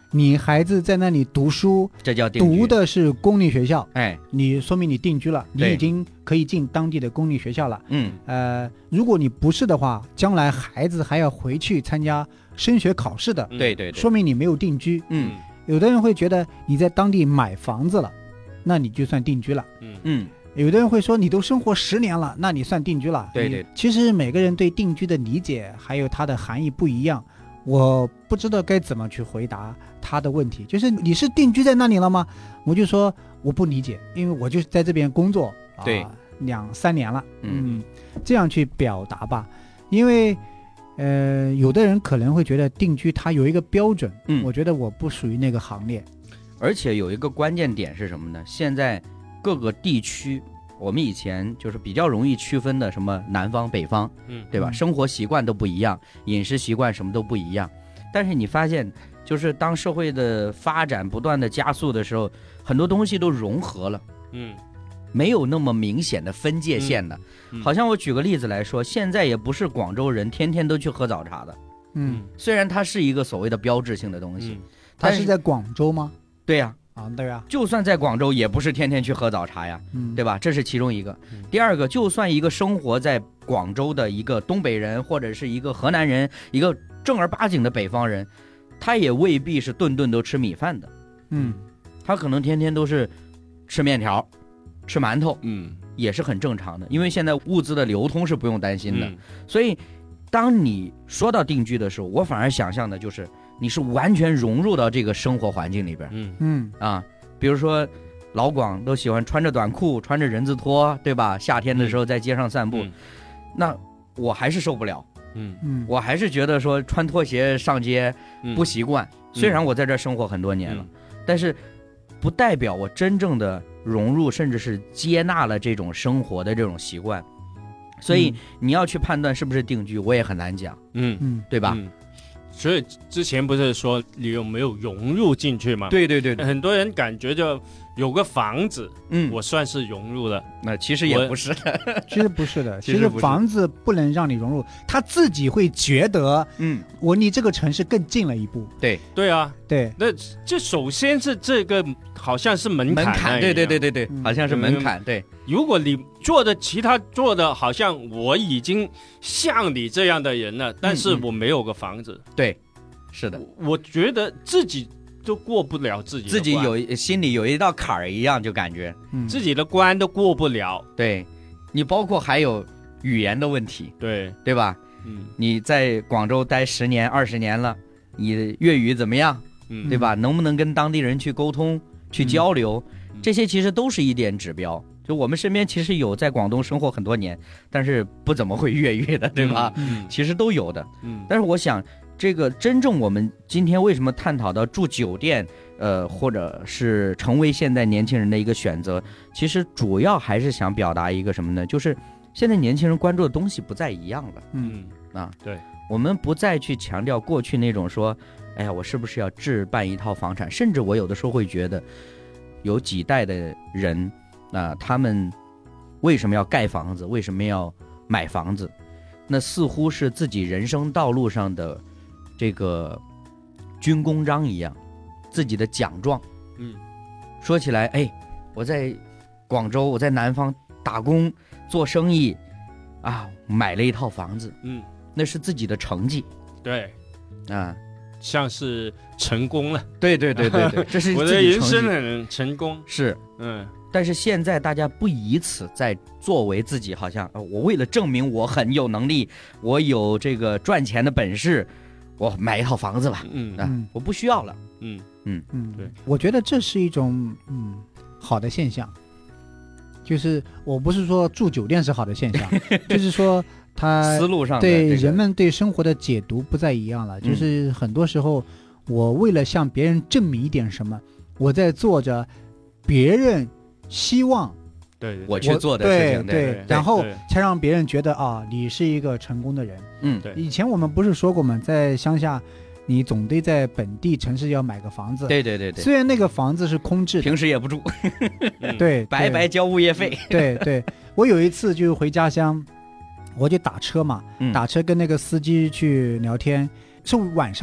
你孩子在那里读书， 这叫定居， 读的是公立学校， 哎， 你说明你定居了，你已经可以进当地的公立学校了。 嗯， 呃，如果你不是的话，将来孩子还要回去参加升学考试的， 对对对， 说明你没有定居。 嗯， 有的人会觉得你在当地买房子了，那你就算定居了。 嗯嗯， 有的人会说你都生活十年了，那你算定居了。 对对， 其实每个人对定居的理解还有它的含义不一样。我不知道该怎么去回答他的问题，就是你是定居在那里了吗？我就说我不理解，因为我就在这边工作啊， 对， 两三年了， 嗯， 嗯，这样去表达吧，因为呃，有的人可能会觉得定居它有一个标准， 嗯， 我觉得我不属于那个行列， 而且有一个关键点是什么呢？现在各个地区。我们以前就是比较容易区分的，什么南方北方，嗯，对吧？生活习惯都不一样，饮食习惯什么都不一样。但是你发现，就是当社会的发展不断的加速的时候，很多东西都融合了，嗯，没有那么明显的分界线的。嗯嗯、好像我举个例子来说，现在也不是广州人天天都去喝早茶的，嗯，虽然它是一个所谓的标志性的东西， 嗯、它是在广州吗？ 对呀、啊。 啊，对啊， 就算在广州，也不是天天去喝早茶呀，嗯、对吧？这是其中一个。嗯、第二个，就算一个生活在广州的一个东北人，或者是一个河南人，一个正儿八经的北方人，他也未必是顿顿都吃米饭的，嗯，他可能天天都是吃面条、吃馒头，嗯，也是很正常的，因为现在物资的流通是不用担心的。嗯、所以，当你说到定居的时候，我反而想象的就是。你是完全融入到这个生活环境里边，嗯嗯啊，比如说老广都喜欢穿着短裤、穿着人字拖，对吧？夏天的时候在街上散步，嗯、那我还是受不了，嗯嗯，我还是觉得说穿拖鞋上街不习惯。嗯、虽然我在这生活很多年了，嗯、但是不代表我真正的融入，甚至是接纳了这种生活的这种习惯。所以你要去判断是不是定居，我也很难讲，嗯嗯，对吧？嗯， 所以之前不是说你有没有融入进去吗？ 对对 对, 对， 很多人感觉就有个房子，嗯，我算是融入了。 那其实也不是的， 其实不是的，其实房子不能让你融入，他自己会觉得，嗯，我离这个城市更近了一步。 对对啊， 对， 那这首先是这个好像是门槛， 门槛，对对对对对，嗯、好像是门槛。对， 如果你做的其他做的好像我已经像你这样的人了，但是我没有个房子， 嗯、对。是的， 我觉得自己都过不了自己的自己有心里有一道坎儿一样，就感觉、 嗯、自己的关都过不了。 对，你包括还有语言的问题， 对对吧？嗯，你在广州待十年、二十年了，你粤语怎么样？嗯，对吧？能不能跟当地人去沟通、去交流？嗯、这些其实都是一点指标。就我们身边其实有在广东生活很多年，但是不怎么会粤语的，对吧？嗯，其实都有的。嗯，但是我想。这个真正我们今天为什么探讨到住酒店，呃，或者是成为现在年轻人的一个选择，其实主要还是想表达一个什么呢？就是现在年轻人关注的东西不再一样了。 嗯啊， 对， 我们不再去强调过去那种说，哎呀，我是不是要置办一套房产？甚至我有的时候会觉得，有几代的人啊、呃，他们为什么要盖房子？为什么要买房子？那似乎是自己人生道路上的。这个军功章一样，自己的奖状。嗯，说起来，哎，我在广州，我在南方打工做生意，啊，买了一套房子。嗯，那是自己的成绩。 对， 啊， 像是成功了。 对对对对对，这是我的人生很成功。 是，嗯。但是现在大家不以此在作为自己，好像、呃、我为了证明我很有能力，我有这个赚钱的本事。我买一套房子吧，嗯啊，嗯我不需要了， 嗯嗯嗯，对，我觉得这是一种嗯好的现象，就是我不是说住酒店是好的现象，就是说他思路上对人们对生活的解读不再一样了，嗯、就是很多时候我为了向别人证明一点什么，我在做着别人希望。 对， 我去做的事情， 对 对, 对，然后才让别人觉得啊，你是一个成功的人。 嗯， 对。以前我们不是说过吗？在乡下，你总得在本地城市要买个房子。 对对对对。 虽然那个房子是空置的， 平时也不住。 对， 白白交物业费。 对对，我有一次就回家乡，我就打车嘛， 嗯、 打车跟那个司机去聊天，是晚上了，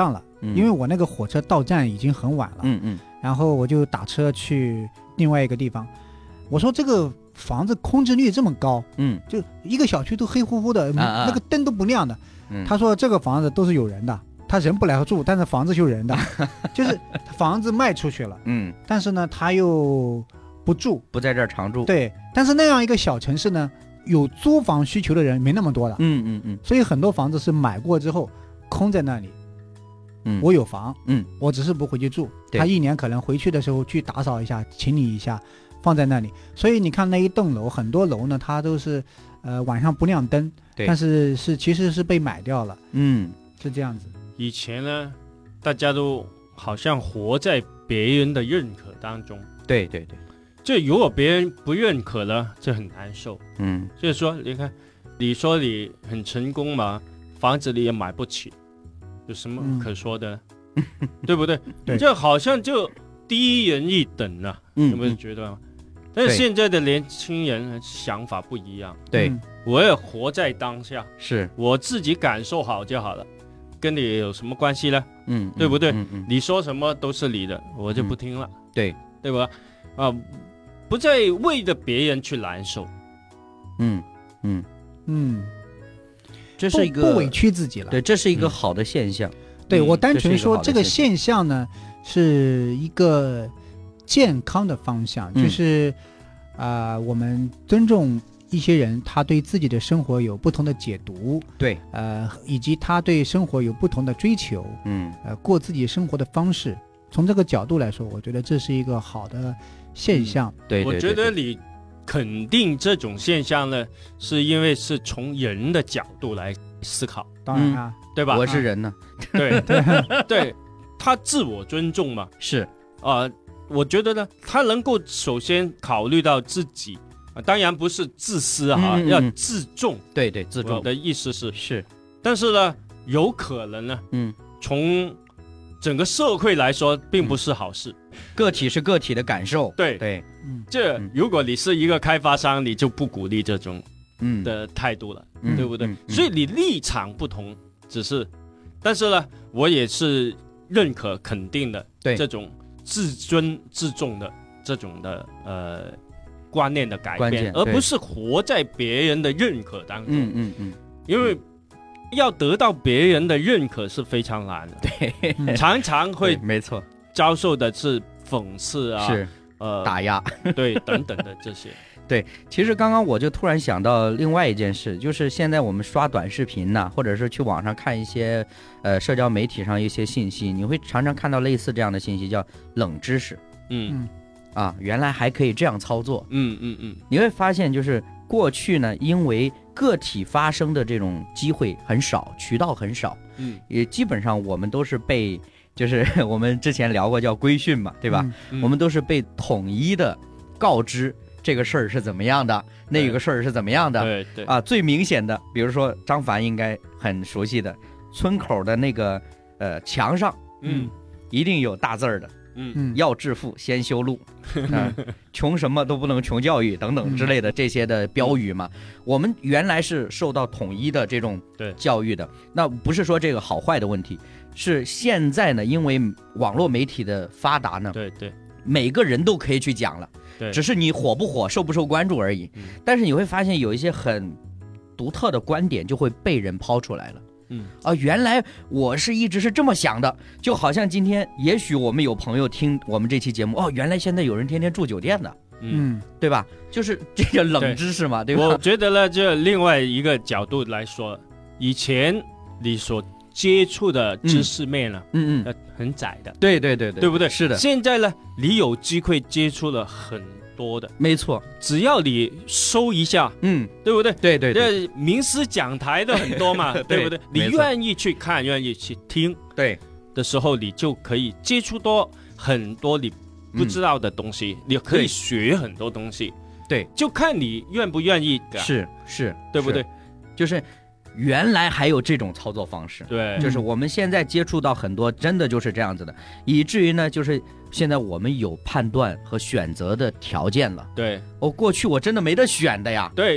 因为我那个火车到站已经很晚了， 嗯嗯， 然后我就打车去另外一个地方。我说这个房子空置率这么高， 嗯， 就一个小区都黑乎乎的， 啊啊那个灯都不亮的。 嗯、 他说这个房子都是有人的，他人不来住，但是房子就人的，就是房子卖出去了， 嗯， 但是呢他又不住， 不在这儿常住。 对，但是那样一个小城市呢，有租房需求的人没那么多的， 嗯嗯嗯， 所以很多房子是买过之后空在那里。 嗯， 我有房， 嗯， 我只是不回去住， 他一年可能回去的时候去打扫一下，清理一下。放在那里，所以你看那一栋楼，很多楼呢，它都是，呃，晚上不亮灯，但是是其实是被买掉了， 嗯， 是这样子。 以前呢，大家都好像活在别人的认可当中， 对对对， 这如果别人不认可了，这很难受， 嗯， 就是说，你看，你说你很成功嘛，房子你也买不起，有什么可说的呢？嗯、对不对？ 对， 这好像就低人一等啊， 嗯、 有没有觉得？但是现在的年轻人想法不一样， 对， 我也活在当下， 是我自己感受好就好了，跟你有什么关系呢？ 嗯， 对不对？ 嗯嗯、 你说什么都是你的，我就不听了， 嗯、对对吧？啊，不再为着别人去难受， 嗯嗯嗯， 这是一个不委屈自己了， 对，这是一个好的现象。 嗯、对我单纯说这个现现象呢，是一个健康的方向， 嗯、 就是啊、呃，我们尊重一些人，他对自己的生活有不同的解读， 对， 呃，以及他对生活有不同的追求， 嗯， 呃，过自己生活的方式。从这个角度来说，我觉得这是一个好的现象。 嗯、对, 对, 对, 对， 我觉得你肯定这种现象呢，是因为是从人的角度来思考。 当然啊， 对吧？ 我是人呢， 对对对，他自我尊重嘛， 是啊、呃，我觉得呢，他能够首先考虑到自己。啊、当然不是自私啊， 嗯嗯嗯要自重。 对对，自重我的意思是是， 但是呢，有可能呢， 嗯， 从整个社会来说，并不是好事。 嗯、个体是个体的感受， 对对， 嗯， 这如果你是一个开发商，你就不鼓励这种嗯的态度了， 嗯、 对不对、 嗯嗯？ 所以你立场不同，只是，但是呢，我也是认可肯定的， 对这种自尊自重的这种的呃。观念的改变，而不是活在别人的认可当中。 嗯嗯嗯， 因为要得到别人的认可是非常难的， 对， 嗯、常常会没错， 遭受的是讽刺啊， 是呃打压， 对等等的这些。 对，其实刚刚我就突然想到另外一件事，就是现在我们刷短视频呐、啊，或者是去网上看一些呃社交媒体上一些信息，你会常常看到类似这样的信息，叫冷知识。 嗯。 啊，原来还可以这样操作， 嗯嗯嗯， 你会发现，就是过去呢，因为个体发声的这种机会很少，渠道很少， 嗯， 也基本上我们都是被，就是我们之前聊过叫规训嘛，对吧？ 嗯、 我们都是被统一的告知这个事儿是怎么样的，那个事儿是怎么样的， 对对啊，最明显的，比如说张凡应该很熟悉的，村口的那个呃墙上， 嗯， 一定有大字儿的。 嗯， 要致富先修路，啊，穷什么都不能穷教育等等之类的这些的标语嘛。嗯、我们原来是受到统一的这种教育的，那不是说这个好坏的问题，是现在呢，因为网络媒体的发达呢， 对对， 每个人都可以去讲了， 对， 只是你火不火、受不受关注而已。 嗯、 但是你会发现有一些很独特的观点就会被人抛出来了。 嗯啊，原来我是一直是这么想的，就好像今天也许我们有朋友听我们这期节目，哦，原来现在有人天天住酒店的， 嗯， 对吧？就是这个冷知识嘛，对, 对吧？ 我觉得呢，就另外一个角度来说，以前你所接触的知识面呢， 嗯嗯， 很窄的， 对对对对， 对不对？ 是的。 现在呢，你有机会接触了很多的， 没错， 只要你搜一下， 嗯， 对不对？ 对对对， 名师讲台的很多嘛，对, 对不对？你愿意去看，愿意去听， 对的时候，你就可以接触多很多你不知道的东西，嗯、你可以学很多东西， 对， 就看你愿不愿意改， 是是， 对不对？ 就是原来还有这种操作方式， 对， 就是我们现在接触到很多，真的就是这样子的，以至于呢，就是现在我们有判断和选择的条件了。 对， 哦，过去我真的没得选的呀。 对，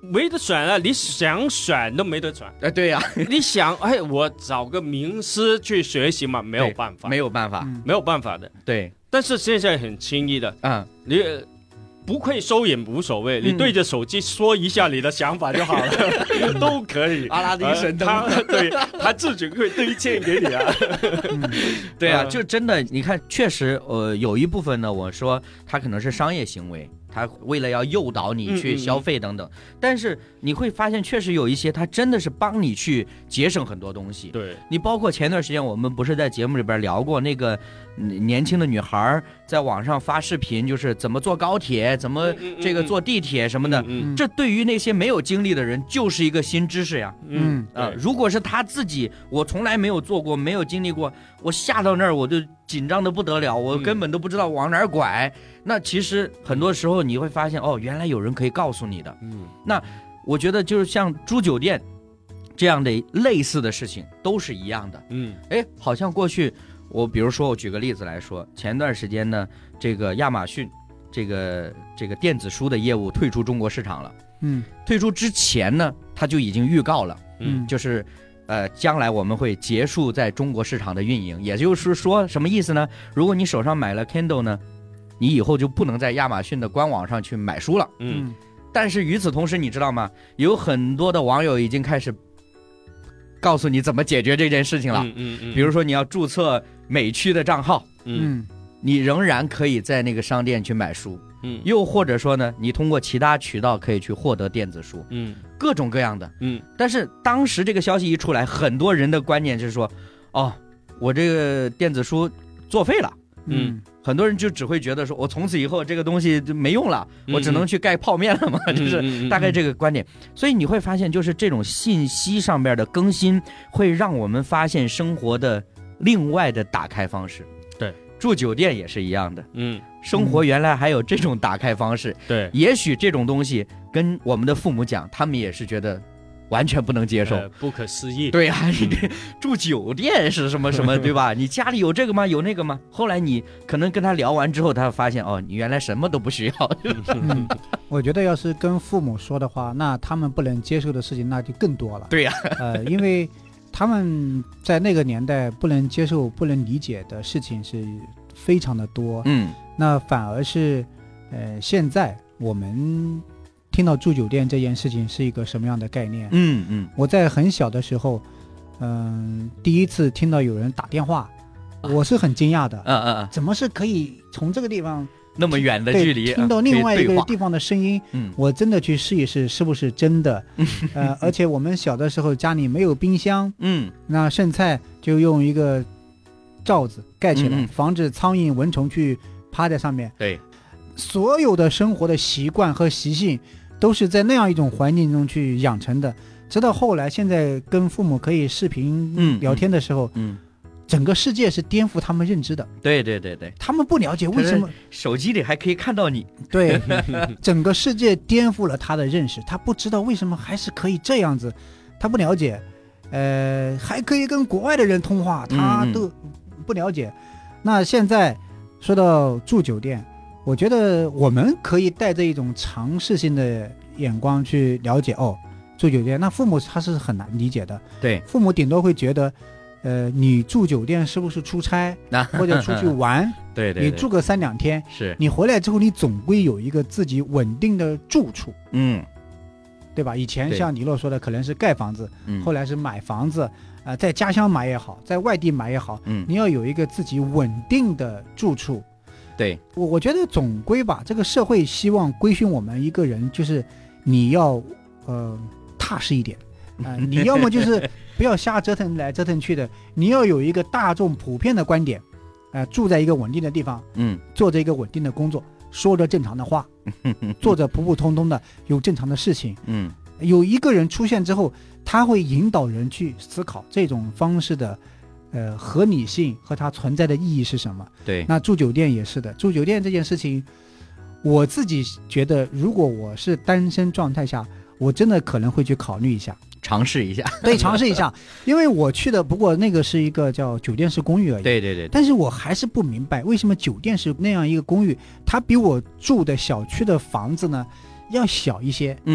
没得选了，你想选都没得选。 哎，对呀、啊， 你想，哎，我找个名师去学习嘛，没有办法， 没有办法、 嗯，没有办法的。 对， 但是现在很轻易的， 嗯， 你不会收也无所谓，你对着手机说一下你的想法就好了，嗯、都可以。 阿拉丁神灯， 呃、他对他自己会兑现给你啊。 嗯、对啊，就真的，你看，确实，呃，有一部分呢，我说他可能是商业行为。他为了要诱导你去消费等等，嗯嗯嗯，但是你会发现确实有一些他真的是帮你去节省很多东西。 对， 你包括前段时间我们不是在节目里边聊过那个年轻的女孩在网上发视频，就是怎么坐高铁，怎么这个坐地铁什么的，嗯嗯嗯，这对于那些没有经历的人就是一个新知识呀。 嗯啊，如果是他自己，我从来没有做过，没有经历过，我下到那儿我就紧张的不得了，我根本都不知道往哪儿拐。嗯，那其实很多时候你会发现，哦，原来有人可以告诉你的。嗯，那我觉得就是像住酒店这样的类似的事情都是一样的。 嗯， 哎，好像过去我比如说我举个例子来说，前段时间呢，这个亚马逊这个这个电子书的业务退出中国市场了。 嗯， 退出之前呢，他就已经预告了。嗯，就是呃，将来我们会结束在中国市场的运营。也就是说，什么意思呢？如果你手上买了 Kindle 呢，你以后就不能在亚马逊的官网上去买书了。 嗯， 但是与此同时，你知道吗？有很多的网友已经开始告诉你怎么解决这件事情了。 嗯 嗯, 嗯比如说你要注册美区的账号， 嗯， 你仍然可以在那个商店去买书。 嗯， 又或者说呢，你通过其他渠道可以去获得电子书。 嗯， 各种各样的。 嗯， 但是当时这个消息一出来，很多人的观念是说，哦，我这个电子书作废了。 嗯， 很多人就只会觉得说，我从此以后这个东西就没用了，我只能去盖泡面了嘛， 嗯、 就是大概这个观点。所以你会发现，就是这种信息上面的更新，会让我们发现生活的另外的打开方式。 对， 住酒店也是一样的。 嗯， 生活原来还有这种打开方式。 对， 也许这种东西跟我们的父母讲，他们也是觉得完全不能接受， 呃、不可思议。 对啊，你这住酒店是什么什么，对吧？你家里有这个吗？有那个吗？后来你可能跟他聊完之后，他发现哦，你原来什么都不需要。 嗯，我觉得要是跟父母说的话，那他们不能接受的事情那就更多了。 对呀、 啊，呃，因为他们在那个年代不能接受、不能理解的事情是非常的多。 嗯， 那反而是，呃，现在我们听到住酒店这件事情是一个什么样的概念？ 嗯嗯， 我在很小的时候，嗯、呃，第一次听到有人打电话，我是很惊讶的。 嗯嗯嗯， 怎么是可以从这个地方那么远的距离听到另外一个地方的声音？ 嗯， 我真的去试一试是不是真的。呃，而且我们小的时候家里没有冰箱， 嗯， 那剩菜就用一个罩子盖起来， 嗯嗯防止苍蝇蚊虫去趴在上面。 对， 所有的生活的习惯和习性都是在那样一种环境中去养成的。直到后来，现在跟父母可以视频聊天的时候， 嗯， 整个世界是颠覆他们认知的。 对对对对， 他们不了解为什么手机里还可以看到你。 对，整个世界颠覆了他的认识，他不知道为什么还是可以这样子，他不了解，呃，还可以跟国外的人通话，他都不了解。嗯嗯，那现在说到住酒店，我觉得我们可以带着一种尝试性的眼光去了解哦，住酒店，那父母他是很难理解的。 对， 父母顶多会觉得，呃，你住酒店是不是出差或者出去玩？ 对, 对对， 你住个三两天， 是你回来之后，你总归有一个自己稳定的住处， 嗯， 对吧？以前像尼洛说的，可能是盖房子， 嗯， 后来是买房子，啊、呃，在家乡买也好，在外地买也好， 嗯， 你要有一个自己稳定的住处。 对， 我我觉得总归吧，这个社会希望规训我们一个人，就是你要呃踏实一点啊、呃，你要么就是不要瞎折腾来折腾去的，你要有一个大众普遍的观点，啊、呃，住在一个稳定的地方， 嗯， 做着一个稳定的工作，说着正常的话，做着普普通通的有正常的事情， 嗯， 有一个人出现之后，他会引导人去思考这种方式的。呃，合理性和它存在的意义是什么？ 对， 那住酒店也是的。住酒店这件事情，我自己觉得，如果我是单身状态下，我真的可能会去考虑一下， 尝试一下。 对，尝试一下，因为我去的，不过那个是一个叫酒店式公寓而已。 对对 对, 对。 但是我还是不明白，为什么酒店是那样一个公寓，它比我住的小区的房子呢要小一些？ 嗯。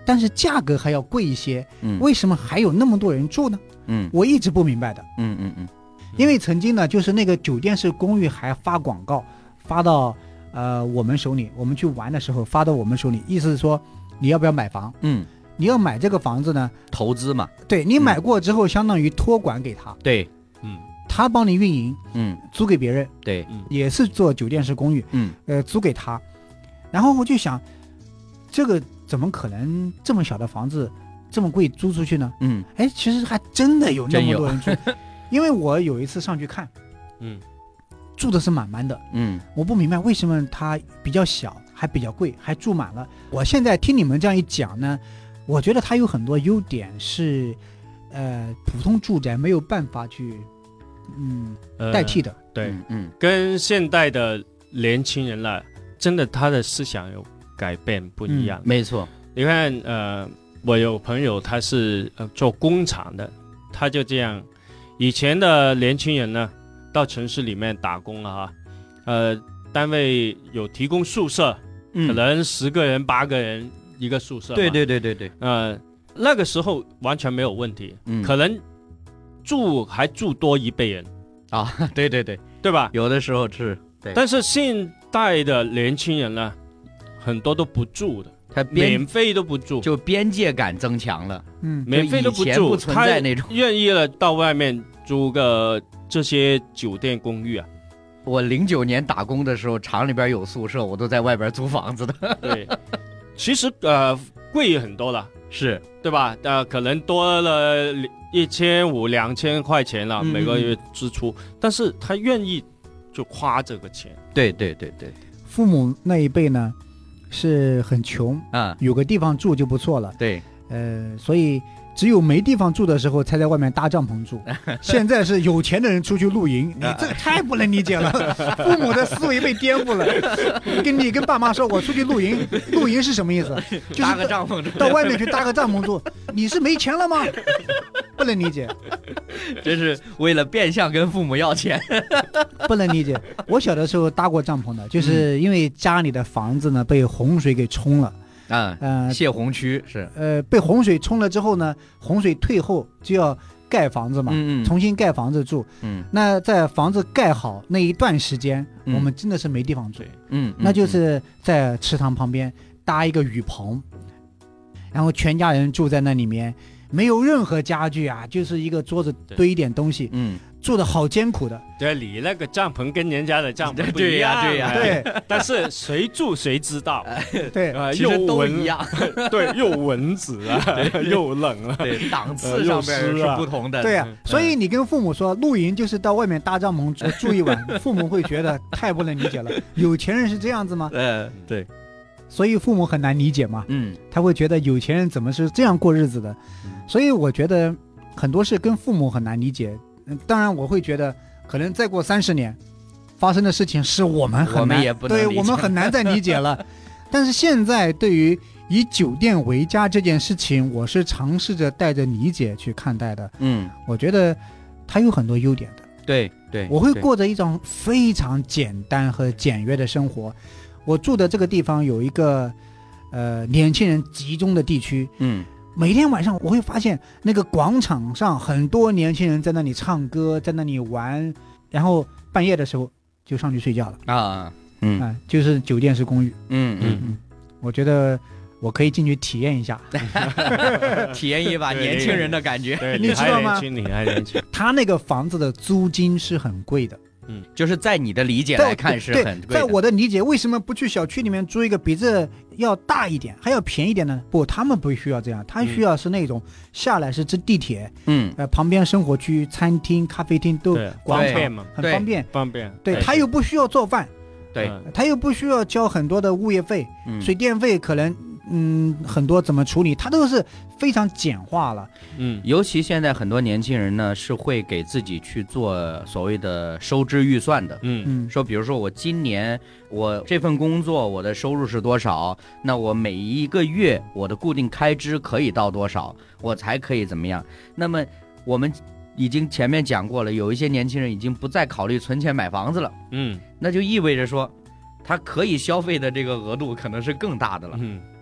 但是价格还要贵一些，嗯，为什么还有那么多人住呢？嗯，我一直不明白的。 嗯嗯嗯， 因为曾经呢，就是那个酒店式公寓还发广告发到呃我们手里，我们去玩的时候发到我们手里，意思是说你要不要买房？ 嗯， 你要买这个房子呢， 投资嘛。 对，你买过之后，相当于托管给他。 对， 嗯，他帮你运营，嗯，租给别人。 对， 也是做酒店式公寓，嗯，呃，租给他。然后我就想，这个怎么可能这么小的房子这么贵租出去呢？嗯，哎，其实还真的有那么多人住，因为我有一次上去看，嗯，住的是满满的，嗯，我不明白为什么它比较小还比较贵，还住满了。我现在听你们这样一讲呢，我觉得它有很多优点是，呃，普通住宅没有办法去，嗯，代替的。 呃、对，嗯，跟现代的年轻人了。真的，他的思想有改变，不一样。 嗯、没错， 你看，呃，我有朋友他是、呃、做工厂的，他就这样。以前的年轻人呢，到城市里面打工了哈，呃，单位有提供宿舍，嗯、可能十个人、八个人一个宿舍。 对对对对对。 呃，那个时候完全没有问题，嗯、可能住还住多一倍人啊，对对对， 对吧？ 有的时候是。对， 但是现代的年轻人呢，很多都不住的， 他免费都不住， 就边界感增强了。 嗯，免费都不住， 不存在那种， 他愿意了到外面租个这些酒店公寓啊。 我零九年打工的时候，厂里边有宿舍，我都在外边租房子的。 对，其实呃贵很多了， 是对吧？呃，可能多了一千五、两千块钱了，嗯、每个月支出，但是他愿意。就花这个钱。 对对对对， 父母那一辈呢是很穷啊，有个地方住就不错了。 对， 呃，所以只有没地方住的时候才在外面搭帐篷住。现在是有钱的人出去露营，你这太不能理解了。父母的思维被颠覆了。跟你跟爸妈说，我出去露营，露营是什么意思？就是搭个帐篷住， 到外面去搭个帐篷住。你是没钱了吗？不能理解。 这是为了变相跟父母要钱。 不能理解。我小的时候搭过帐篷的，就是因为家里的房子呢被洪水给冲了。 啊，呃，泄洪区是， 呃，被洪水冲了之后呢，洪水退后就要盖房子嘛，嗯嗯重新盖房子住，嗯，那在房子盖好那一段时间，嗯、我们真的是没地方住，嗯，那就是在池塘旁边搭一个雨棚，然后全家人住在那里面，没有任何家具啊，就是一个桌子堆一点东西，嗯。住的好艰苦的， 对，你那个帐篷跟人家的帐篷不一样，对呀、啊， 对呀、啊， 对。但是谁住谁知道， 对， 呃， 其实都一样， 对，又蚊子啊，又冷啊， 对，档次上面是不同的， 对呀、啊。所以你跟父母说露营就是到外面搭帐篷住住一晚，父母会觉得太不能理解了。有钱人是这样子吗？ 呃，对。 所以父母很难理解嘛，嗯，他会觉得有钱人怎么是这样过日子的？所以我觉得很多事跟父母很难理解。当然我会觉得可能再过三十年发生的事情是我们很难， 我们也不能理解， 对，我们很难再理解了。但是现在对于以酒店为家这件事情，我是尝试着带着理解去看待的。嗯，我觉得它有很多优点的。 对对， 我会过着一种非常简单和简约的生活。我住的这个地方有一个呃年轻人集中的地区，嗯。每天晚上我会发现那个广场上很多年轻人在那里唱歌，在那里玩，然后半夜的时候就上去睡觉了啊，嗯啊，就是酒店式公寓，嗯嗯嗯，我觉得我可以进去体验一下， 体验一把年轻人的感觉， 你知道吗？ 你还年轻， 他那个房子的租金是很贵的。 嗯，就是在你的理解来看是很贵的。 在我的理解，为什么不去小区里面租一个比这要大一点还要便宜一点呢？不，他们不需要这样，他需要是那种下来是坐地铁，嗯，呃，旁边生活区、餐厅、咖啡厅都广场嘛，很方便， 方便。 对，他又不需要做饭， 对， 他又不需要交很多的物业费、嗯、水电费，可能嗯很多怎么处理，他都是非常简化了。 嗯，尤其现在很多年轻人呢是会给自己去做所谓的收支预算的。嗯，说比如说我今年我这份工作我的收入是多少，那我每一个月我的固定开支可以到多少，我才可以怎么样。那么我们已经前面讲过了，有一些年轻人已经不再考虑存钱买房子了。嗯，那就意味着说他可以消费的这个额度可能是更大的了。嗯，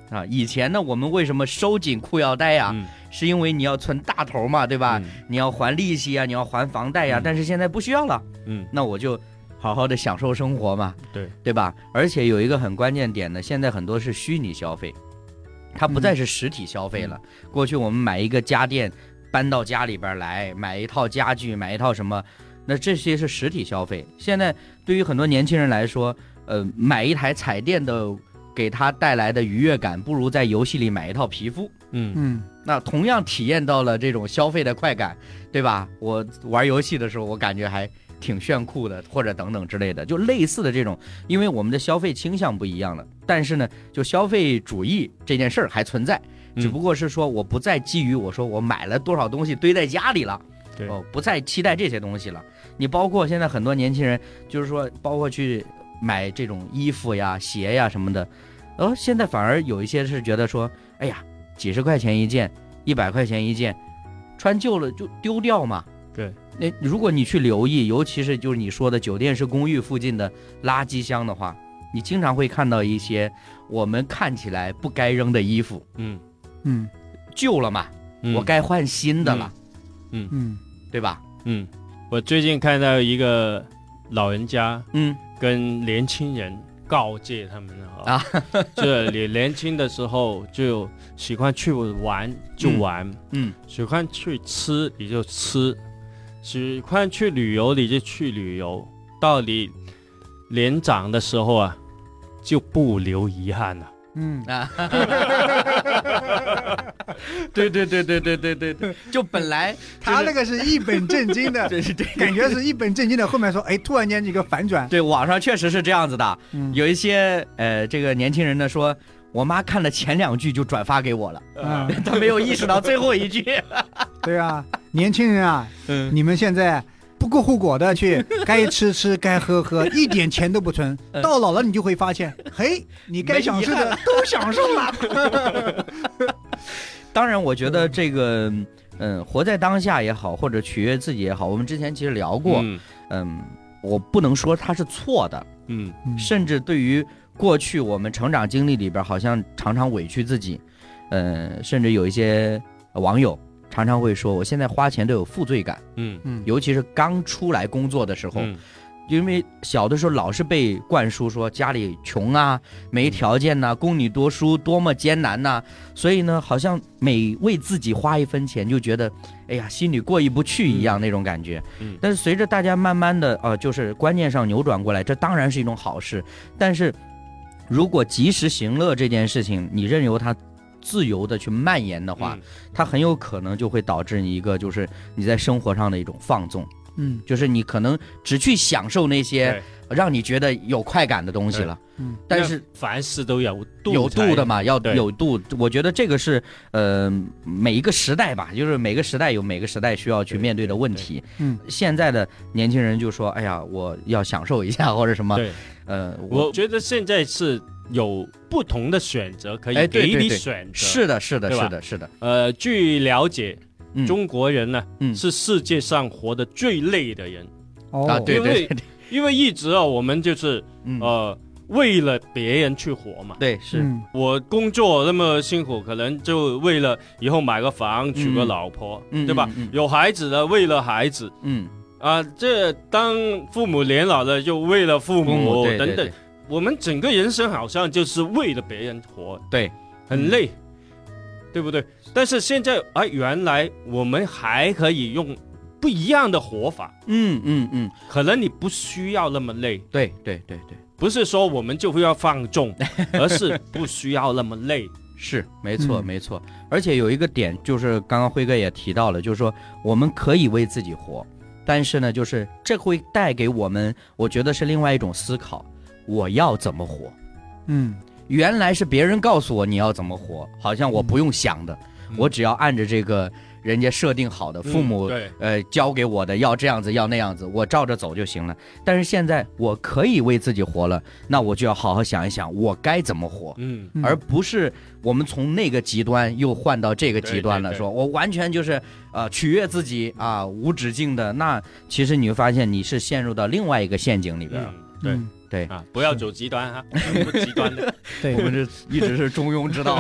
啊，以前呢，我们为什么收紧裤腰带呀、啊嗯？是因为你要存大头嘛，对吧？嗯、你要还利息啊，你要还房贷呀、啊嗯。但是现在不需要了，嗯，那我就好好的享受生活嘛， 对对吧？而且有一个很关键点呢，现在很多是虚拟消费，它不再是实体消费了。嗯、过去我们买一个家电搬到家里边来，买一套家具，买一套什么，那这些是实体消费。现在对于很多年轻人来说，呃，买一台彩电的给他带来的愉悦感，不如在游戏里买一套皮肤。 嗯嗯， 那同样体验到了这种消费的快感，对吧？我玩游戏的时候，我感觉还挺炫酷的，或者等等之类的，就类似的这种，因为我们的消费倾向不一样了，但是呢，就消费主义这件事儿还存在，只不过是说我不再基于我说我买了多少东西堆在家里了。 对， 哦，不再期待这些东西了。你包括现在很多年轻人，就是说，包括去买这种衣服呀、鞋呀什么的，呃，现在反而有一些是觉得说，哎呀，几十块钱一件，一百块钱一件，穿旧了就丢掉嘛。 对， 那如果你去留意，尤其是就是你说的酒店式公寓附近的垃圾箱的话，你经常会看到一些我们看起来不该扔的衣服。 嗯嗯， 旧了嘛，嗯、我该换新的了。 嗯嗯， 对吧？ 嗯，我最近看到一个老人家， 嗯， 跟年轻人告诫他们啊，就你年轻的时候就喜欢去玩就玩， 嗯， 喜欢去吃你就吃，喜欢去旅游你就去旅游，到你年长的时候啊，就不留遗憾了。 嗯啊，对对对对对对对对，就本来他那个是一本正经的， 对对， 感觉是一本正经的，后面说，哎，突然间一个反转。 对，网上确实是这样子的， 嗯、 有一些呃，这个年轻人呢说，我妈看了前两句就转发给我了， 嗯、 他没有意识到最后一句。 对啊，年轻人啊， 嗯， 你们现在不顾后果的去该吃吃该喝喝，一点钱都不存，到老了你就会发现，嘿，你该享受的都享受了。 当然我觉得这个嗯活在当下也好，或者取悦自己也好，我们之前其实聊过，嗯, 嗯我不能说它是错的， 嗯， 甚至对于过去我们成长经历里边好像常常委屈自己，嗯，甚至有一些网友常常会说，我现在花钱都有负罪感， 嗯嗯，尤其是刚出来工作的时候， 嗯、 因为小的时候老是被灌输说家里穷啊、没条件呐、啊、供你读书多么艰难呐、啊，所以呢，好像每为自己花一分钱就觉得，哎呀，心里过意不去一样、嗯、那种感觉。 嗯， 但是随着大家慢慢的呃，就是观念上扭转过来，这当然是一种好事。但是如果及时行乐这件事情，你任由它自由的去蔓延的话、嗯、它很有可能就会导致你一个就是你在生活上的一种放纵， 嗯， 就是你可能只去享受那些让你觉得有快感的东西了， 嗯， 但是凡事都有度有度的嘛，要有度。我觉得这个是呃每一个时代吧，就是每个时代有每个时代需要去面对的问题。 嗯， 现在的年轻人就说，哎呀，我要享受一下或者什么。 对， 呃， 我, 我觉得现在是有不同的选择可以给你选择， 是的，是的，是的，是的。 呃，据了解， 嗯、 中国人呢、 嗯、 是世界上活得最累的人。 哦， 啊，对对 对, 对， 因为一直啊，我们就是、 嗯、 呃为了别人去活嘛。 对，是、 嗯、 我工作那么辛苦，可能就为了以后买个房、娶个老婆， 嗯、 对吧、 嗯嗯？ 有孩子的为了孩子， 嗯啊，这当父母年老了就为了父母, 父母对等等。 对对， 我们整个人生好像就是为了别人活， 对， 很累，嗯、对不对？但是现在啊，原来我们还可以用不一样的活法， 嗯嗯嗯， 可能你不需要那么累， 对对对对， 不是说我们就会要放纵，而是不需要那么累， 是没错、 嗯、 没错。而且有一个点就是刚刚辉哥也提到了，就是说我们可以为自己活，但是呢，就是这会带给我们，我觉得是另外一种思考。我要怎么活？ 嗯， 原来是别人告诉我你要怎么活，好像我不用想的， 嗯、 我只要按着这个人家设定好的，父母、 嗯、 呃教给我的要这样子要那样子，我照着走就行了。但是现在我可以为自己活了，那我就要好好想一想我该怎么活， 嗯， 而不是我们从那个极端又换到这个极端了， 对对对， 说我完全就是呃取悦自己啊，无止境的。那其实你会发现你是陷入到另外一个陷阱里边。 嗯，对。 嗯对啊，不要走极端哈，不极端的。 对， 我们这一直是中庸之道。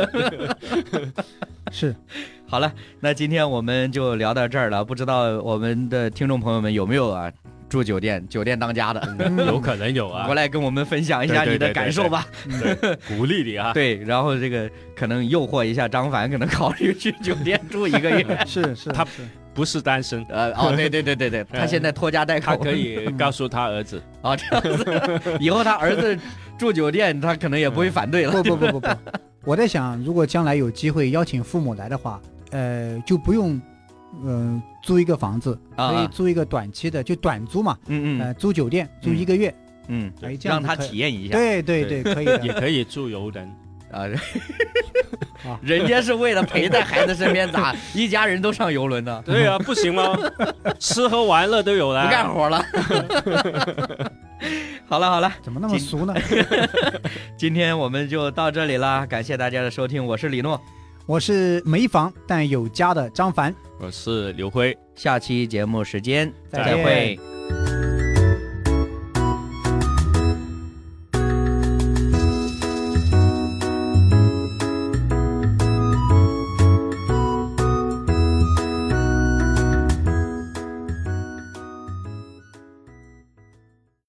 是， 好了，那今天我们就聊到这儿了。不知道我们的听众朋友们有没有啊住酒店酒店当家的？ 有可能有啊， 过来跟我们分享一下你的感受吧。 对，鼓励你啊。 对，然后这个可能诱惑一下张凡，可能考虑去酒店住一个月。 是是， 他不是单身。 呃哦，对对对对对，他现在拖家带口， 他可以告诉他儿子。 哦，这样子，以后他儿子住酒店，他可能也不会反对了。 不不不不不，我在想，如果将来有机会邀请父母来的话，呃，就不用。嗯、呃，租一个房子，可以租一个短期的，就短租嘛。 嗯嗯。 呃，租酒店租一个月， 嗯，嗯让他体验一下。 对对对，可以的。 也可以住游轮啊。人家是为了陪在孩子身边，咋一家人都上游轮呢？ 对啊，不行吗？吃喝玩乐都有了， 不干活了。好了好了， 怎么那么俗呢？ 今天我们就到这里了，感谢大家的收听，我是李诺。 我是没房但有家的张凡， 我是刘辉， 下期节目时间再会。